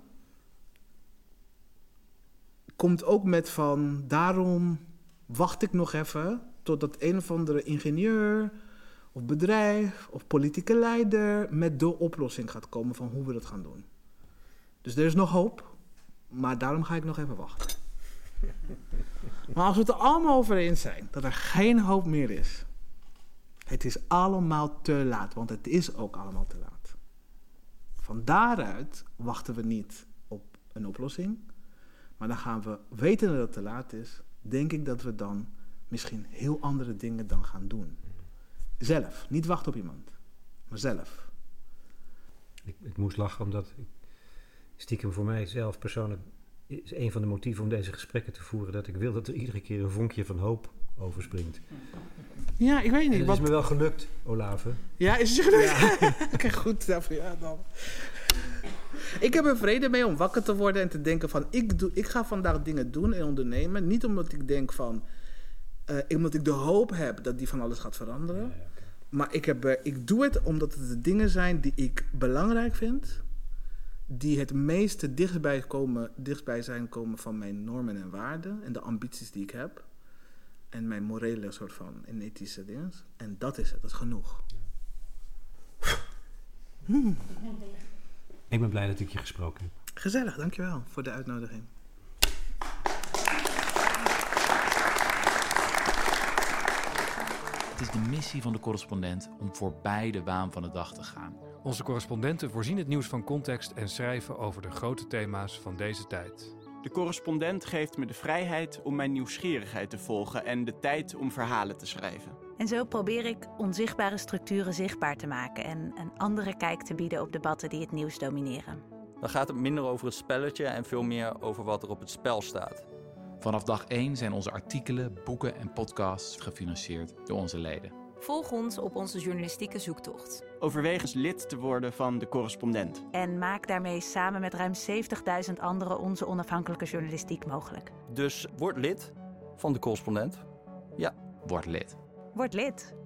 komt ook met van... daarom wacht ik nog even... totdat een of andere ingenieur... of bedrijf of politieke leider... met de oplossing gaat komen van hoe we dat gaan doen. Dus er is nog hoop... maar daarom ga ik nog even wachten. Maar als we het er allemaal over eens zijn... dat er geen hoop meer is... het is allemaal te laat. Want het is ook allemaal te laat. Van daaruit wachten we niet op een oplossing... maar dan gaan we, weten dat het te laat is... denk ik dat we dan misschien heel andere dingen dan gaan doen. Zelf. Niet wachten op iemand. Maar zelf. Ik, ik moest lachen omdat... Ik, stiekem voor mijzelf persoonlijk... is een van de motieven om deze gesprekken te voeren... dat ik wil dat er iedere keer een vonkje van hoop overspringt. Ja, ik weet niet. En dat wat... is me wel gelukt, Olave. Ja, is het je gelukt? Ja. Oké, goed. Ja, dan. Ik heb er vrede mee om wakker te worden en te denken van... ik, doe, ik ga vandaag dingen doen en ondernemen. Niet omdat ik denk van... Uh, omdat ik de hoop heb dat die van alles gaat veranderen. Ja, ja, okay. Maar ik, heb, uh, ik doe het omdat het de dingen zijn die ik belangrijk vind... die het meeste dichtbij, komen, dichtbij zijn komen van mijn normen en waarden... en de ambities die ik heb... en mijn morele soort van en ethische dingen. En dat is het, dat is genoeg. Hmm. Ik ben blij dat ik je gesproken heb. Gezellig, dankjewel voor de uitnodiging. Het is de missie van de correspondent om voorbij de waan van de dag te gaan. Onze correspondenten voorzien het nieuws van context en schrijven over de grote thema's van deze tijd. De correspondent geeft me de vrijheid om mijn nieuwsgierigheid te volgen en de tijd om verhalen te schrijven. En zo probeer ik onzichtbare structuren zichtbaar te maken en een andere kijk te bieden op debatten die het nieuws domineren. Dan gaat het minder over het spelletje en veel meer over wat er op het spel staat. Vanaf dag één zijn onze artikelen, boeken en podcasts gefinancierd door onze leden. Volg ons op onze journalistieke zoektocht. Overweeg eens lid te worden van de correspondent. En maak daarmee samen met ruim zeventigduizend anderen onze onafhankelijke journalistiek mogelijk. Dus word lid van de correspondent. Ja. Word lid. Word lid.